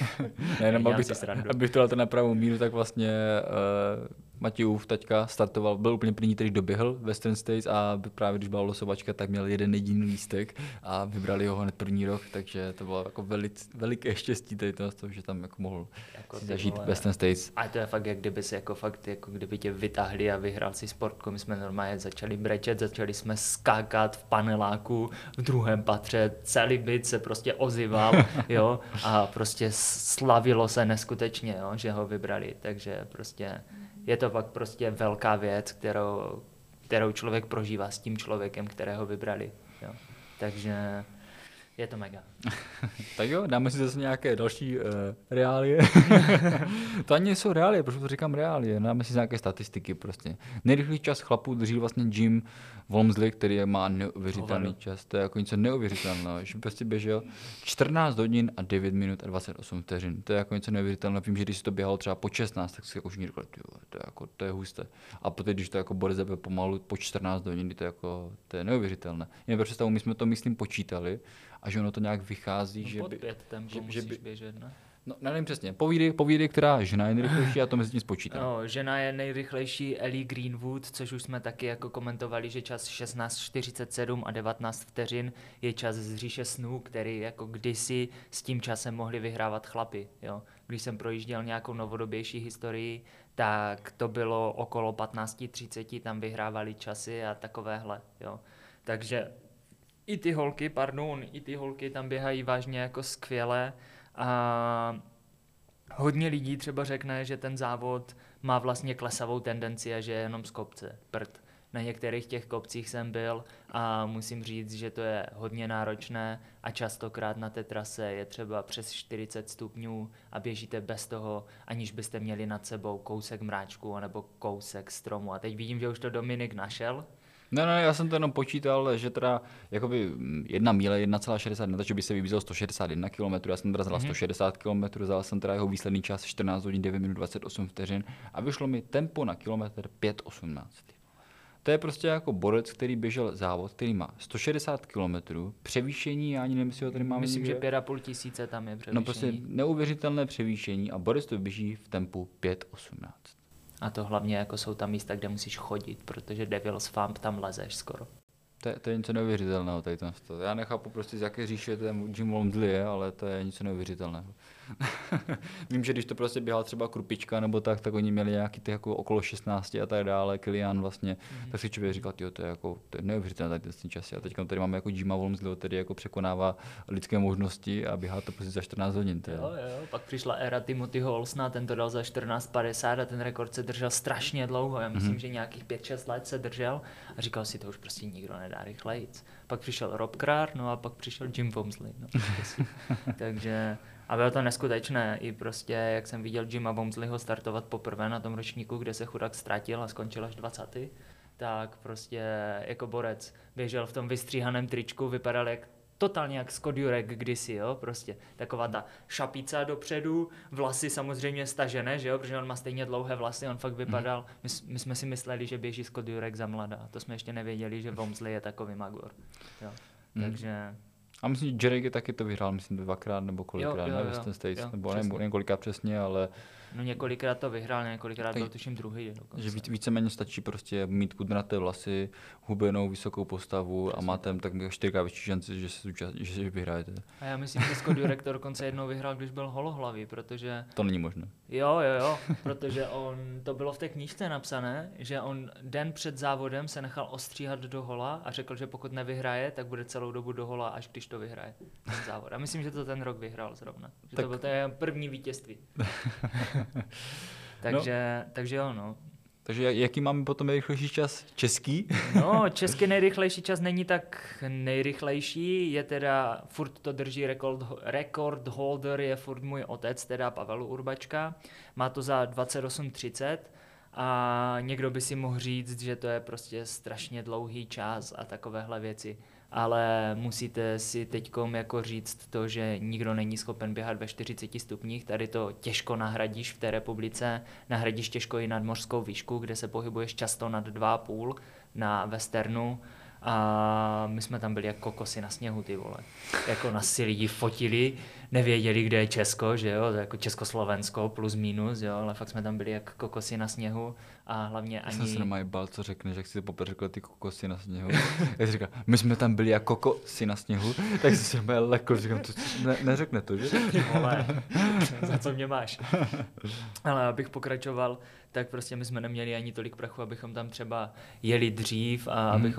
A: Ne, abych to dal na pravou míru, tak vlastně Matějův taťka startoval, byl úplně první, který doběhl Western States a právě když byla losovačka, tak měl jeden jediný lístek a vybrali ho hned první rok, takže to bylo jako veliké štěstí tady to, že tam jako mohl zažít Western States.
B: A to je fakt, jak kdyby se jako kdyby tě vytáhli a vyhrál si sportku. My jsme normálně začali brečet, začali jsme skákat v paneláku v druhém patře, celý byt se prostě ozýval, jo, a prostě slavilo se neskutečně, jo, že ho vybrali, takže prostě je to fakt prostě velká věc, kterou člověk prožívá s tím člověkem, kterého vybrali. Jo. Takže Je to mega.
A: Tak jo, dáme si zase nějaké další reálie. To ani nejsou reálie, proč to říkám reálie, dáme si nějaké statistiky prostě. Nejrychlejší čas chlapů drží vlastně Jim Walmsley, který má neuvěřitelný čas, to je jako něco neuvěřitelného, že prostě běžel 14 hodin a 9 minut a 28 vteřin, to je jako něco neuvěřitelného, vím, že když si to běhalo třeba po 16, tak si jako už říkal, to je husté. A potom, když to jako Boris jebe pomalu po 14 hodin, to je neuvěřitelné. Jen představu, my jsme to myslím počítali, a že ono to nějak vychází,
B: no,
A: že
B: pod 5 tempo musíš běžet, ne?
A: No, nevím přesně. Povídej, která žena je nejrychlejší a to mezi tím spočítá.
B: No, žena je nejrychlejší Ellie Greenwood, což už jsme taky jako komentovali, že čas 16:47 a 19 vteřin je čas z říše snů, který jako kdysi s tím časem mohli vyhrávat chlapi, jo. Když jsem projížděl nějakou novodobější historii, tak to bylo okolo 15:30, tam vyhrávali časy a takovéhle, jo. Takže i ty holky tam běhají vážně jako skvěle a hodně lidí třeba řekne, že ten závod má vlastně klesavou tendenci a že je jenom z kopce, prd. Na některých těch kopcích jsem byl a musím říct, že to je hodně náročné a častokrát na té trase je třeba přes 40 stupňů a běžíte bez toho, aniž byste měli nad sebou kousek mráčku anebo kousek stromu. A teď vidím, že už to Dominik našel.
A: Ne, já jsem to jenom počítal, že teda jakoby 1 míle 1,60, takže by se vybízel 161 km, já jsem teda vzal 160 km, vzal jsem teda jeho výsledný čas 14 hodin 9 minut 28 vteřin a vyšlo mi tempo na kilometr 5,18. To je prostě jako borec, který běžel závod, který má 160 km, převýšení, já ani nevím, jestli ho tady máme.
B: Myslím, že 5,5 tisíce tam je převýšení.
A: No prostě neuvěřitelné převýšení a borec to běží v tempu 5,18.
B: A to hlavně jako jsou tam místa, kde musíš chodit, protože Devil's Thumb tam lezeš skoro.
A: To je něco neuvěřitelného tady tam. Já nechápu prostě, z jaké říše ten Jim Walmsley je, ale to je něco neuvěřitelného. Vím, že když to prostě běhal třeba Krupička nebo tak oni měli nějaký ty jako okolo 16 a tak dále, Kilian vlastně, tak si člověk říkal, to je neuvěřitelné tady ten časy. A teď tady máme jako Jima Walmsley, který jako překonává lidské možnosti a běhá to prostě za 14 hodin.
B: Jo, pak přišla éra Timothyho Olsna, ten to dal za 14,50 a ten rekord se držel strašně dlouho. Já myslím, že nějakých 5-6 let se držel a říkal si, to už prostě nikdo nedá rychlejc. Pak přišel Rob Krár, no a pak přišel Jim Walmsley. No, takže a bylo to neskutečné, i prostě, jak jsem viděl Jima Walmsleyho startovat poprvé na tom ročníku, kde se chudák ztratil a skončil až 20. Tak prostě jako borec běžel v tom vystříhaném tričku, vypadal totálně jak Scott Jurek kdysi, jo, prostě taková ta šapica dopředu, vlasy samozřejmě stažené, že jo, protože on má stejně dlouhé vlasy, on fakt vypadal, my jsme si mysleli, že běží Scott Jurek za mladá, to jsme ještě nevěděli, že Walmsley je takový magor, jo, takže...
A: A myslím, že Jerry taky to vyhrál, myslím, 2krát nebo kolikrát,
B: jo,
A: ne, Western States, nebo
B: přesně.
A: nevím kolikrát přesně, ale...
B: No několikrát to vyhrál, několikrát byl tuším druhý.
A: Že víceméně stačí prostě mít kudrnaté vlasy, hubenou vysokou postavu přesně. A máte tak 4krát větší šanci, že si vyhrajete.
B: A já myslím, že Scott Jurek to dokonce jednou vyhrál, když byl holohlavý, protože...
A: To není možné.
B: Jo, protože to bylo v té knížce napsané, že on den před závodem se nechal ostříhat do hola a řekl, že pokud nevyhraje, tak bude celou dobu do hola, až když to vyhraje ten závod. A myslím, že to ten rok vyhrál zrovna. Že tak... to bylo to první vítězství. Takže jo, no.
A: Takže jaký máme potom nejrychlejší čas? Český?
B: No, český nejrychlejší čas není tak nejrychlejší, je teda, furt to drží rekord holder, je furt můj otec, teda Pavel Urbačka, má to za 28:30 a někdo by si mohl říct, že to je prostě strašně dlouhý čas a takovéhle věci. Ale musíte si teďkom jako říct to, že nikdo není schopen běhat ve 40 stupních, tady to těžko nahradíš v té republice, nahradíš těžko i nadmořskou výšku, kde se pohybuješ často nad 2,5 na westernu a my jsme tam byli jako kokosy na sněhu, ty vole. Jako nás si lidi fotili, nevěděli, kde je Česko, že jo, jako Československo plus minus, jo, ale fakt jsme tam byli jako kokosy na sněhu a hlavně ani...
A: Já jsem se nemají bál, co řekneš, jak si to poprvé řekl ty kokosy na sněhu. Jak jsi říkal, my jsme tam byli jako kokosy na sněhu, tak jsi se nemají lekl, říkám, to neřekne to, že?
B: Ty vole, za co mě máš? Ale abych pokračoval, tak prostě my jsme neměli ani tolik prachu, abychom tam třeba jeli dřív a abychom se nějak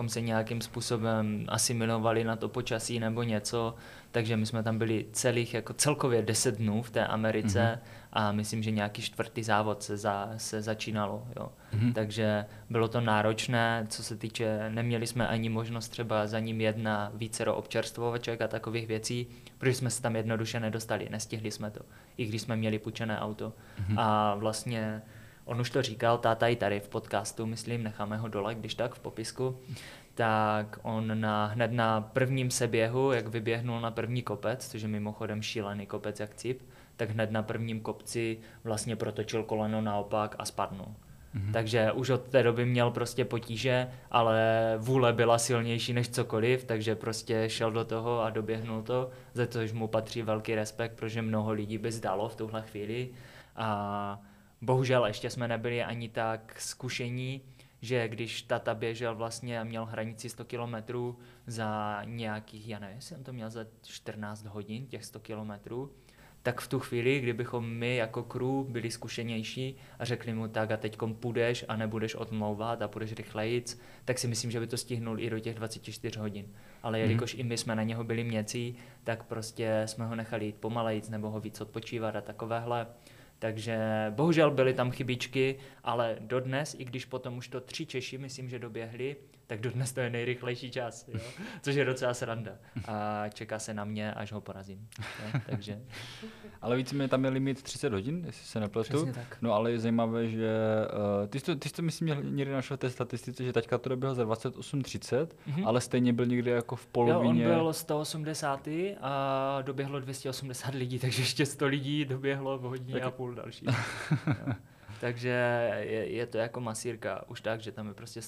B: nějakým způsobem asimilovali na to počasí nebo něco, takže my jsme tam byli celkově 10 dnů v té Americe a myslím, že nějaký 4. závod se začínalo. Jo. Takže bylo to náročné, co se týče, neměli jsme ani možnost třeba za ním jet na vícero občerstvovaček a takových věcí, protože jsme se tam jednoduše nedostali, nestihli jsme to, i když jsme měli půjčené auto. A vlastně on už to říkal, táta i tady v podcastu, myslím, necháme ho dole, když tak v popisku, tak on hned na prvním seběhu, jak vyběhnul na první kopec, což je mimochodem šílený kopec jak cip, tak hned na prvním kopci vlastně protočil koleno naopak a spadnul. Takže už od té doby měl prostě potíže, ale vůle byla silnější než cokoliv, takže prostě šel do toho a doběhnul to, za což mu patří velký respekt, protože mnoho lidí by zdalo v tuhle chvíli. A bohužel ještě jsme nebyli ani tak zkušení, že když tata běžel vlastně a měl hranici 100 kilometrů za nějakých, já nevím, jestli on to měl za 14 hodin, těch 100 kilometrů, tak v tu chvíli, kdybychom my jako crew byli zkušenější a řekli mu tak a teďkom půjdeš a nebudeš odmlouvat a půjdeš rychlejc, tak si myslím, že by to stihnul i do těch 24 hodin. Ale jelikož i my jsme na něho byli měcí, tak prostě jsme ho nechali jít pomalejc nebo ho víc odpočívat a takovéhle. Takže bohužel byly tam chybičky, ale dodnes, i když potom už to 3 Češi, myslím, že doběhli, tak dodnes to je nejrychlejší čas, jo? Což je docela sranda. A čeká se na mě, až ho porazím. Jo? Takže...
A: Ale víceméně tam je limit 30 hodin, jestli se nepletu.
B: Přesně tak.
A: No ale je zajímavé, že ty jsi to myslím někdy našel v té statistice, že taťka to doběhl za 28:30, ale stejně byl někde jako v polovině.
B: Jo, on byl 180. a doběhlo 280 lidí, takže ještě 100 lidí doběhlo v hodině a půl další. Takže je to jako masírka, už tak, že tam je prostě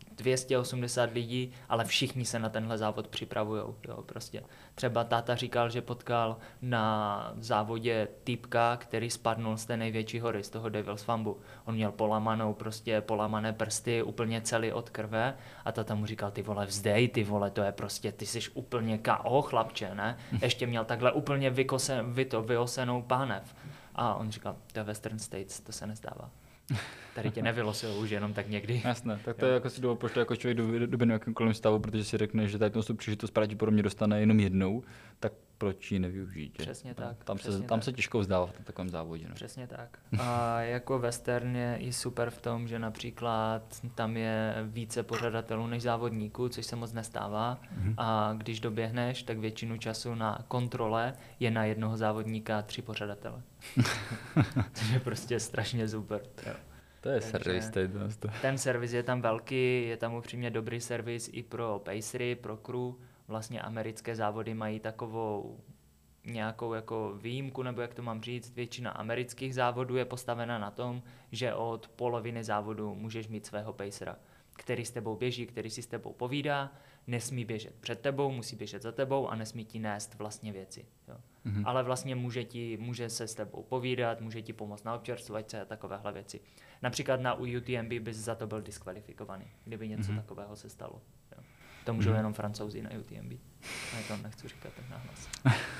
B: 280 lidí, ale všichni se na tenhle závod připravujou. Jo, prostě. Třeba táta říkal, že potkal na závodě týpka, který spadnul z té největší hory, z toho Devil's Fambu. On měl polamané prsty, úplně celý od krve a táta mu říkal, ty vole, vzdej, ty vole, to je prostě, ty jsi úplně KO, chlapče, ne? Ještě měl takhle úplně vyosenou pánev. A on říkal, to je Western States, to se nestává. Tady tě nevylosujou už jenom tak někdy.
A: Jasné, tak to je jako si pošle jako člověk do jakýmkoliv stavu, protože si řekne, že tady tu příležitost pravděpodobně dostane jenom jednou, tak proč ji nevyužít?
B: Přesně tak.
A: Tam se těžko vzdává v takovém závodě. No.
B: Přesně tak. A jako western je i super v tom, že například tam je více pořadatelů než závodníků, což se moc nestává. A když doběhneš, tak většinu času na kontrole je na jednoho závodníka 3 pořadatele. Což je prostě strašně super. Jo.
A: To je servis.
B: Ten servis je tam velký, je tam upřímně dobrý servis i pro pacery, pro crew. Vlastně americké závody mají takovou nějakou jako výjimku, nebo jak to mám říct, většina amerických závodů je postavena na tom, že od poloviny závodu můžeš mít svého pacera, který s tebou běží, který si s tebou povídá, nesmí běžet před tebou, musí běžet za tebou a nesmí ti nést vlastně věci. Jo. Ale vlastně může se s tebou povídat, může ti pomoct na občerstvovačce a takovéhle věci. Například na UTMB bys za to byl diskvalifikovaný, kdyby něco takového se stalo. Jo. To můžou jenom Francouzi na UTMB. Ale to nechci říkat tak nahlas.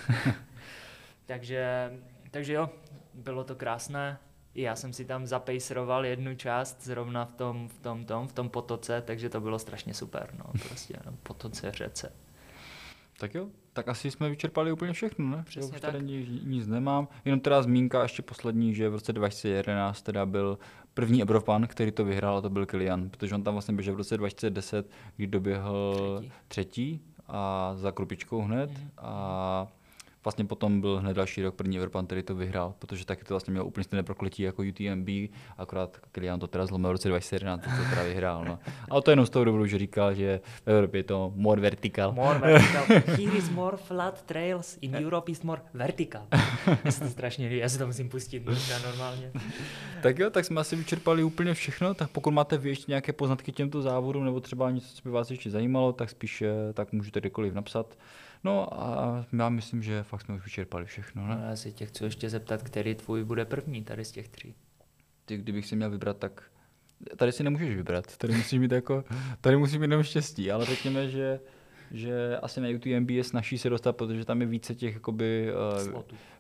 B: takže jo, bylo to krásné. Já jsem si tam zapejsroval jednu část zrovna v tom potoce, takže to bylo strašně super. No, prostě potoce, řece.
A: Tak jo, tak asi jsme vyčerpali úplně všechno, ne?
B: Přesně
A: už
B: tak.
A: tady nic nemám. Jenom teda zmínka ještě poslední, že v roce 2011 teda byl první Evropan, který to vyhrál, a to byl Kilian, protože on tam vlastně běžel v roce 2010, kdy doběhl třetí a za Krupičkou hned a vlastně potom byl hned další rok první Evropan, který to vyhrál, protože taky to vlastně měl úplně stejné prokletí jako UTMB, akorát Kilian to teda zlomil v roce 2011, to teda vyhrál. No. A to jenom z toho důvodu, že říkal, že v Evropě je to more vertical.
B: More vertical. Here is more flat trails, in Europe is more vertical. Já se to strašně líbí, já si to musím pustit možná normálně.
A: Tak jo, tak jsme asi vyčerpali úplně všechno, tak pokud máte vy ještě nějaké poznatky k těmto závodům, nebo třeba něco, co by vás ještě zajímalo, tak spíše tak můžete kdykoliv napsat. No a já myslím, že fakt jsme už vyčerpali všechno, ne?
B: No, já si tě chci ještě zeptat, který tvůj bude první tady z těch 3.
A: Ty, kdybych si měl vybrat, tak tady si nemůžeš vybrat, tady musíš mít jenom štěstí, ale řekněme, že asi na UTMB je snaží se dostat, protože tam je více těch jakoby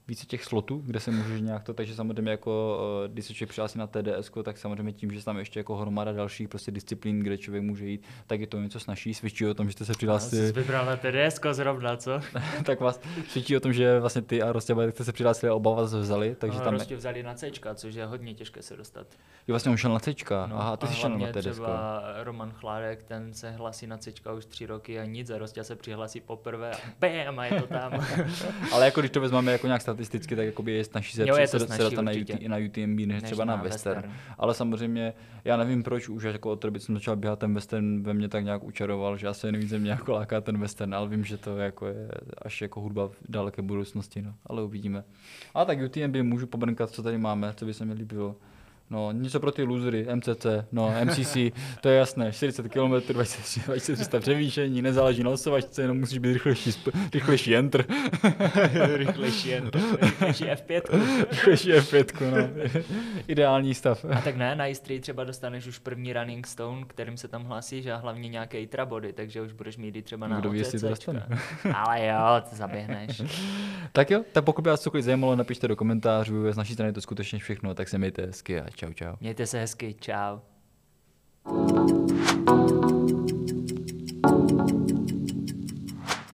A: více těch slotů, kde se můžeš nějak to, takže samozřejmě jako, když se člověk přihlásí na TDS, tak samozřejmě tím, že tam ještě jako hromada dalších prostě disciplín, kde člověk může jít, tak je to něco snažší, svědčí o tom, že jste se přihlásili.
B: Jsi vybral na TDS zrovna, co?
A: Tak vás svědčí o tom, že vlastně ty a Rostěba, jste se přihlásili a oba vás vzali, takže tam
B: Rostě vzali na C, což je hodně těžké se dostat.
A: Jo, vlastně on šel na C, aha, ty
B: a
A: jsi šel na
B: hlavně
A: TDS.
B: třeba Roman Chládek, ten se hlasí na C už 3 roky a nic, a Rostě se přihlasí poprvé a bam, a je to tam.
A: Ale jako když to vezmeme jako nějak statisticky, tak jakoby je snaží se dostat na UTMB než třeba na Western. Ale samozřejmě, já nevím proč, už jako od té doby jsem začal běhat, ten Western ve mně tak nějak učaroval, že asi nejvíc mě jako láká ten Western, ale vím, že to jako je až jako hudba v daleké budoucnosti, no, ale uvidíme. A tak UTMB můžu pobrnkat, co tady máme, co by se mi líbilo. No, něco pro ty losery, MCC, no, MCC, to je jasné, 40 km, 2300 převýšení, nezáleží na losovačce, jenom musíš být rychlejší enter.
B: rychlejší F5.
A: Rychlejší F5, no. Ideální stav.
B: A tak ne, na Eastry třeba dostaneš už první running stone, kterým se tam hlásíš a hlavně nějaké ITRA body, takže už budeš mít i třeba na OCCčka. Ale jo, to zaběhneš.
A: Tak jo, tak pokud by vás cokoliv zajímalo, napište do komentářů, z naší strany to skutečně všechno, tak se mějte hezky a čau.
B: Mějte se hezky, čau.